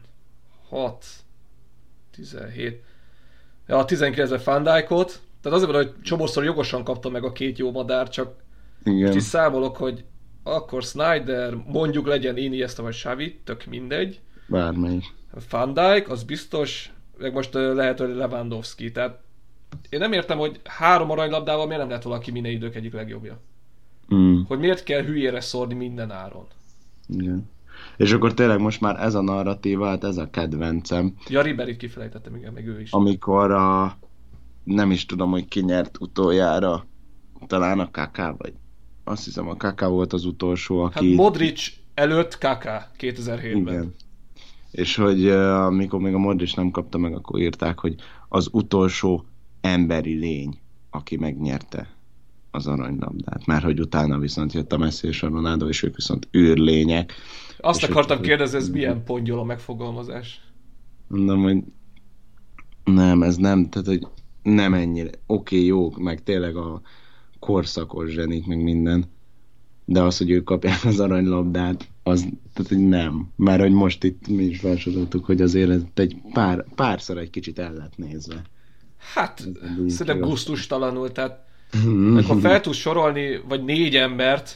17, ja, 19-ben Van Dijkot, tehát azért van, hogy csomószor jogosan kapta meg a két jó madár, csak most is számolok, hogy akkor Snyder, mondjuk legyen Iniesta vagy Xavi, tök mindegy. Bármelyik. Van Dijk, az biztos, meg most lehet, hogy Lewandowski, tehát én nem értem, hogy 3 aranylabdával miért nem lett valaki minden idők egyik legjobbja. Hogy miért kell hülyére szórni minden áron. Igen. És akkor tényleg most már ez a narratíva, hát ez a kedvencem. Ja, Riberyt kifelejtettem, igen, meg ő is. Amikor nem is tudom, hogy ki nyert utoljára, talán a Kaká, vagy azt hiszem a Kaká volt az utolsó, aki... Hát Modric előtt Kaká 2007-ben. Igen. És hogy amikor még a Modric nem kapta meg, akkor írták, hogy az utolsó emberi lény, aki megnyerte az aranylabdát. Mert hogy utána viszont jött a Messi és a Ronaldo, és ők viszont űrlények. Azt akartam kérdezni, ez milyen pongyoló megfogalmazás? Mondom, hogy nem, ez nem, tehát hogy nem ennyire. Oké, jó, meg tényleg a korszakos zsenik, meg minden. De az, hogy ők kapják az aranylabdát, az, tehát hogy nem. Mert hogy most itt mi is felsoroltuk, hogy azért ez egy párszor egy kicsit el lett nézve. Hát, szerintem gusztustalanul, tehát ha fel tudsz sorolni, vagy 4 embert,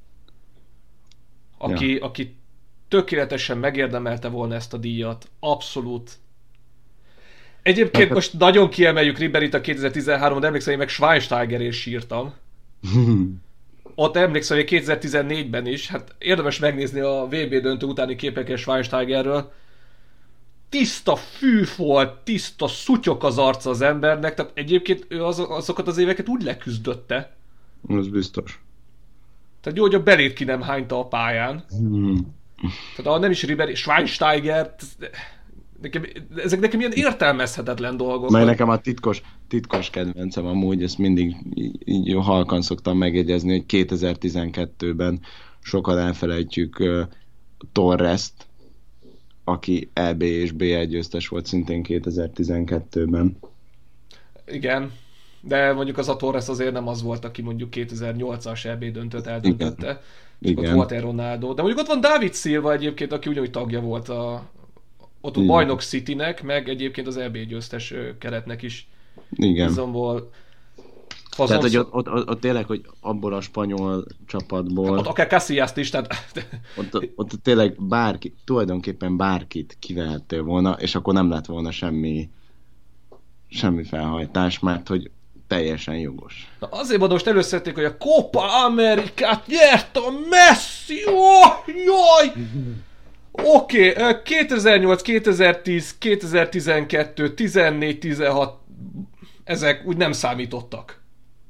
aki tökéletesen megérdemelte volna ezt a díjat, abszolút. Egyébként hát, most nagyon kiemeljük Riberyt a 2013-on, de emlékszem, én meg Schweinsteigerért sírtam. Ott emlékszem, hogy 2014-ben is, hát érdemes megnézni a VB döntő utáni képeket Schweinsteigerről. Tiszta fű volt, tiszta szutyok az arca az embernek, tehát egyébként ő azokat az éveket úgy leküzdötte. Az biztos. Tehát jó, hogy a belét ki nem hányta a pályán. Tehát nem is Ribery, Schweinsteiger, ezek nekem ilyen értelmezhetetlen dolgok. Mert nekem a titkos kedvencem amúgy, ezt mindig így halkan szoktam megjegyezni, hogy 2012-ben sokan elfelejtjük Torrest, aki EB és BL győztes volt szintén 2012-ben. Igen. De mondjuk az a Torres azért nem az volt, aki mondjuk 2008-as EB döntőt eldöntötte. Csak ott Igen. volt egy Ronaldo. De mondjuk ott van David Silva egyébként, aki ugyanúgy tagja volt ott a bajnok Citynek, meg egyébként az EB győztes keretnek is. Igen. Izomból. Tehát, hogy ott tényleg, hogy abból a spanyol csapatból... Ott akár Casillas-t is, tehát... Ott tényleg tulajdonképpen bárkit kivehettél volna, és akkor nem lett volna semmi felhajtás, mert hogy teljesen jogos. Na azért mondom, most előszedték, hogy a Copa Amerikát nyert a Messi! Oh, jaj! Oké, 2008, 2010, 2012, 14, 16 ezek úgy nem számítottak.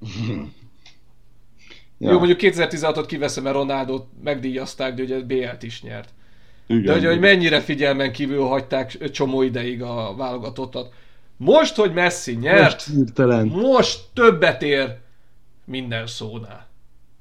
Ja. Jó, mondjuk 2016-ot kiveszem, mert Ronaldot megdíjazták, de ugye BL-t is nyert. Igen, de hogy mennyire figyelmen kívül hagyták csomó ideig a válogatottat. Most, hogy Messi nyert, most többet ér minden szónál.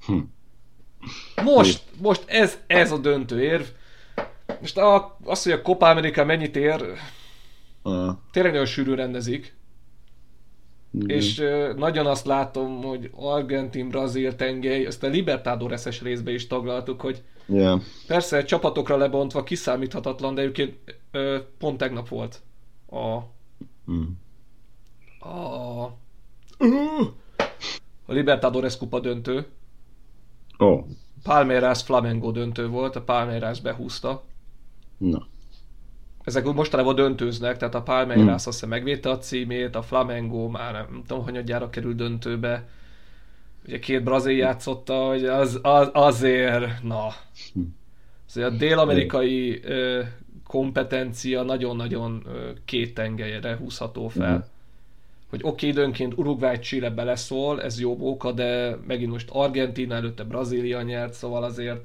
Most ez a döntő érv. Most azt, hogy a Copa America mennyit ér, tényleg nagyon sűrűn rendezik. És nagyon azt látom, hogy Argentin, Brazil tengely, ezt a Libertadores-es részbe is taglaltuk, hogy persze csapatokra lebontva kiszámíthatatlan, de egyébként pont tegnap volt a Libertadores kupa döntő. Palmeiras Flamengo döntő volt, a Palmeiras behúzta. Ezek mostanában döntőznek, tehát a Palmeiras azt hiszem megvédte a címét, a Flamengo már nem tudom, hanyadjára kerül döntőbe. Ugye két brazil játszotta, hogy azért, na. Azért a dél-amerikai kompetencia nagyon-nagyon két tengelyre húzható fel. Hogy oké, időnként Uruguay, Chile beleszól, ez jó móka, de megint most Argentína, előtte Brazília nyert, szóval azért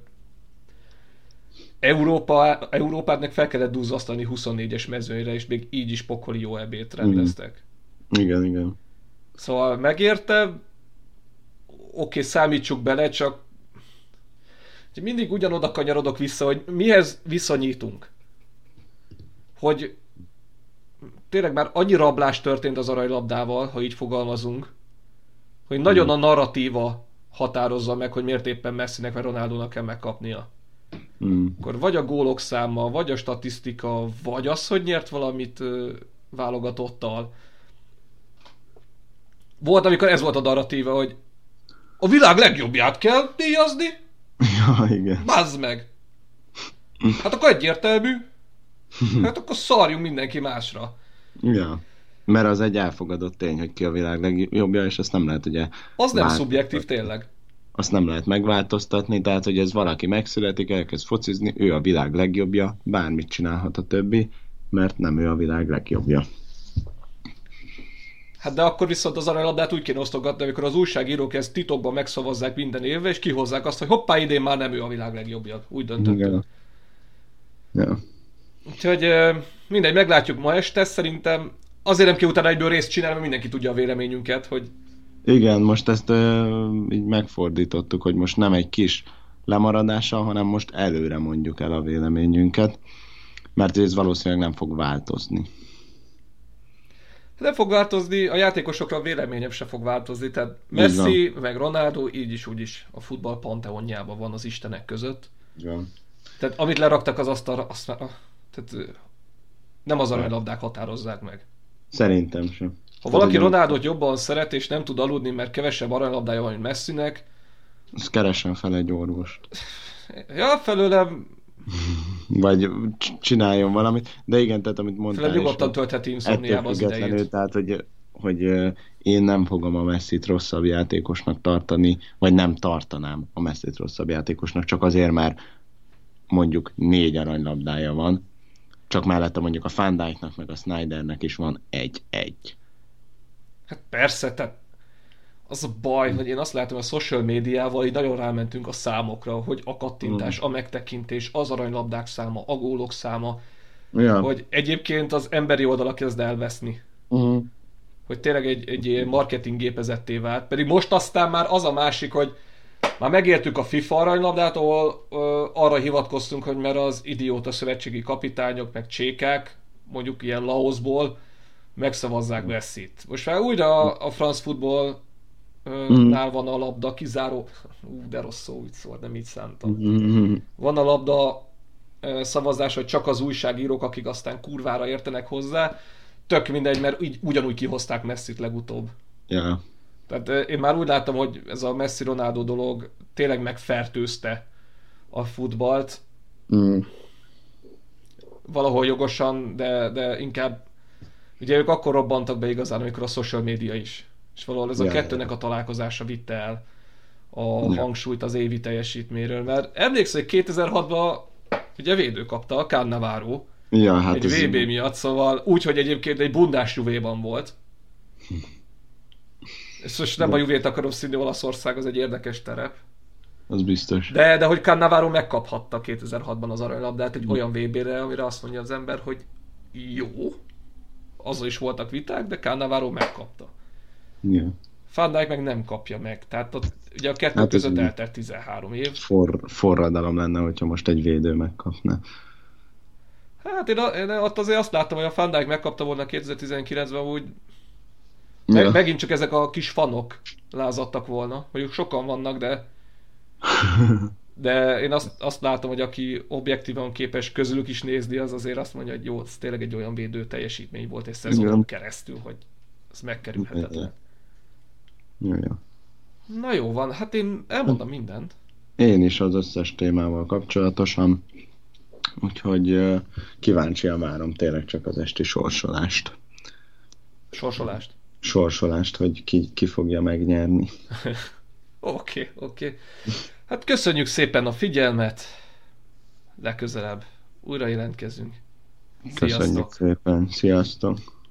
Európának fel kellett duzzasztani 24-es mezőnyre, és még így is pokoli jó EB-t rendeztek. Igen. Szóval megérte, oké, számítsuk bele, csak mindig ugyanoda kanyarodok vissza, hogy mihez viszonyítunk. Hogy tényleg már annyi rablás történt az aranylabdával, ha így fogalmazunk, hogy nagyon a narratíva határozza meg, hogy miért éppen Messinek vagy Ronaldónak kell megkapnia. Akkor vagy a gólok száma, vagy a statisztika, vagy az, hogy nyert valamit válogatottal. Volt, amikor ez volt a narratíva, hogy a világ legjobbját kell díjazni. Ja, igen. Bázd meg! Hát akkor egyértelmű. Hát akkor szarjunk mindenki másra. Ja. Mert az egy elfogadott tény, hogy ki a világ legjobbja, és azt nem lehet ugye... Az nem szubjektív tényleg. Azt nem lehet megváltoztatni, tehát hogy ez valaki megszületik, elkezd focizni, ő a világ legjobbja, bármit csinálhat a többi, mert nem ő a világ legjobbja. Hát de akkor viszont az aranylabdát úgy kéne osztogatni, amikor az újságírók ezt titokban megszavazzák minden évben, és kihozzák azt, hogy hoppá, idén már nem ő a világ legjobbja. Úgy döntöttük. Ja. Úgyhogy mindegy, meglátjuk ma este, szerintem azért nem kell utána egyből részt csinálni, mert mindenki tudja a véleményünket, hogy... Igen, most ezt így megfordítottuk, hogy most nem egy kis lemaradással, hanem most előre mondjuk el a véleményünket, mert ez valószínűleg nem fog változni. Nem fog változni, a játékosokra a véleményem se fog változni, tehát Messi meg Ronaldo így is úgy is a futball panteonjában van az istenek között. Igen. Tehát amit leraktak az asztalra, tehát nem az aranylabdák határozzák meg. Szerintem sem. Ha valaki Ronaldot jobban szeret és nem tud aludni, mert kevesebb aranylabdája van, mint Messinek, azt keressen fel egy orvost. Ja, felőlem... Vagy csináljon valamit. De igen, tehát amit mondtál... Felőlem nyugodtan töltheti insomniába az idejét. Tehát, hogy én nem fogom a Messit rosszabb játékosnak tartani, vagy nem tartanám a Messit rosszabb játékosnak, csak azért, mert mondjuk 4 aranylabdája van, csak mellette mondjuk a Van Dijknak meg a Snydernek is van 1-1. Hát persze, tehát az a baj, hogy én azt látom, hogy a social médiával így nagyon rámentünk a számokra, hogy a kattintás, a megtekintés, az aranylabdák száma, a gólok száma, hogy egyébként az emberi oldala kezd elveszni. Hogy tényleg egy ilyen marketing gépezetté vált. Pedig most aztán már az a másik, hogy már megértük a FIFA aranylabdát, ahol arra hivatkoztunk, hogy mert az idióta szövetségi kapitányok, meg csékák, mondjuk ilyen Laosból, megszavazzák Messit. Most már újra a France Football Mm. nál van a labda kizáró... de rossz szó, úgy szól, nem így szántam. Mm. Van a labda szavazás, hogy csak az újságírók, akik aztán kurvára értenek hozzá. Tök mindegy, mert így ugyanúgy kihozták Messit legutóbb. Ja. Tehát én már úgy láttam, hogy ez a Messi-Ronaldo dolog tényleg megfertőzte a futballt. Mm. Valahol jogosan, de inkább ugye ők akkor robbantak be igazán, amikor a social media is. És valahol ez a kettőnek a találkozása vitte el a hangsúlyt az évi teljesítményről. Mert emlékszel, hogy 2006-ban ugye védő kapta a Cannavaro Ja, hát egy VB miatt, szóval úgy, hogy egyébként egy bundás Juvéban volt. És most nem a Juvét akarom színni, Olaszország az egy érdekes terep. Az biztos. De hogy Cannavaro megkaphatta 2006-ban az aranylabdát egy olyan VB-re, amire azt mondja az ember, hogy jó, azzal is voltak viták, de Cannavaro megkapta. Ja. Van Dijk meg nem kapja meg. Tehát ott, ugye a kettő Hát között eltelt 13 év. Forradalom lenne, hogyha most egy védő megkapna. Hát én ott azért azt láttam, hogy a Van Dijk megkapta volna 2019-ben úgy Ja. megint csak ezek a kis fanok lázadtak volna. Mondjuk sokan vannak, de én azt látom, hogy aki objektívan képes közülük is nézni, az azért azt mondja, hogy jó, ez tényleg egy olyan védő teljesítmény volt egy szezonon keresztül, hogy ez megkerülhetetlen. Ja. Na jó van, hát én elmondom mindent. Én is az összes témával kapcsolatosan, úgyhogy kíváncsian várom tényleg csak az esti sorsolást. Sorsolást, hogy ki fogja megnyerni. Oké. Hát köszönjük szépen a figyelmet. Legközelebb újra jelentkezünk. Köszönjük szépen. Sziasztok!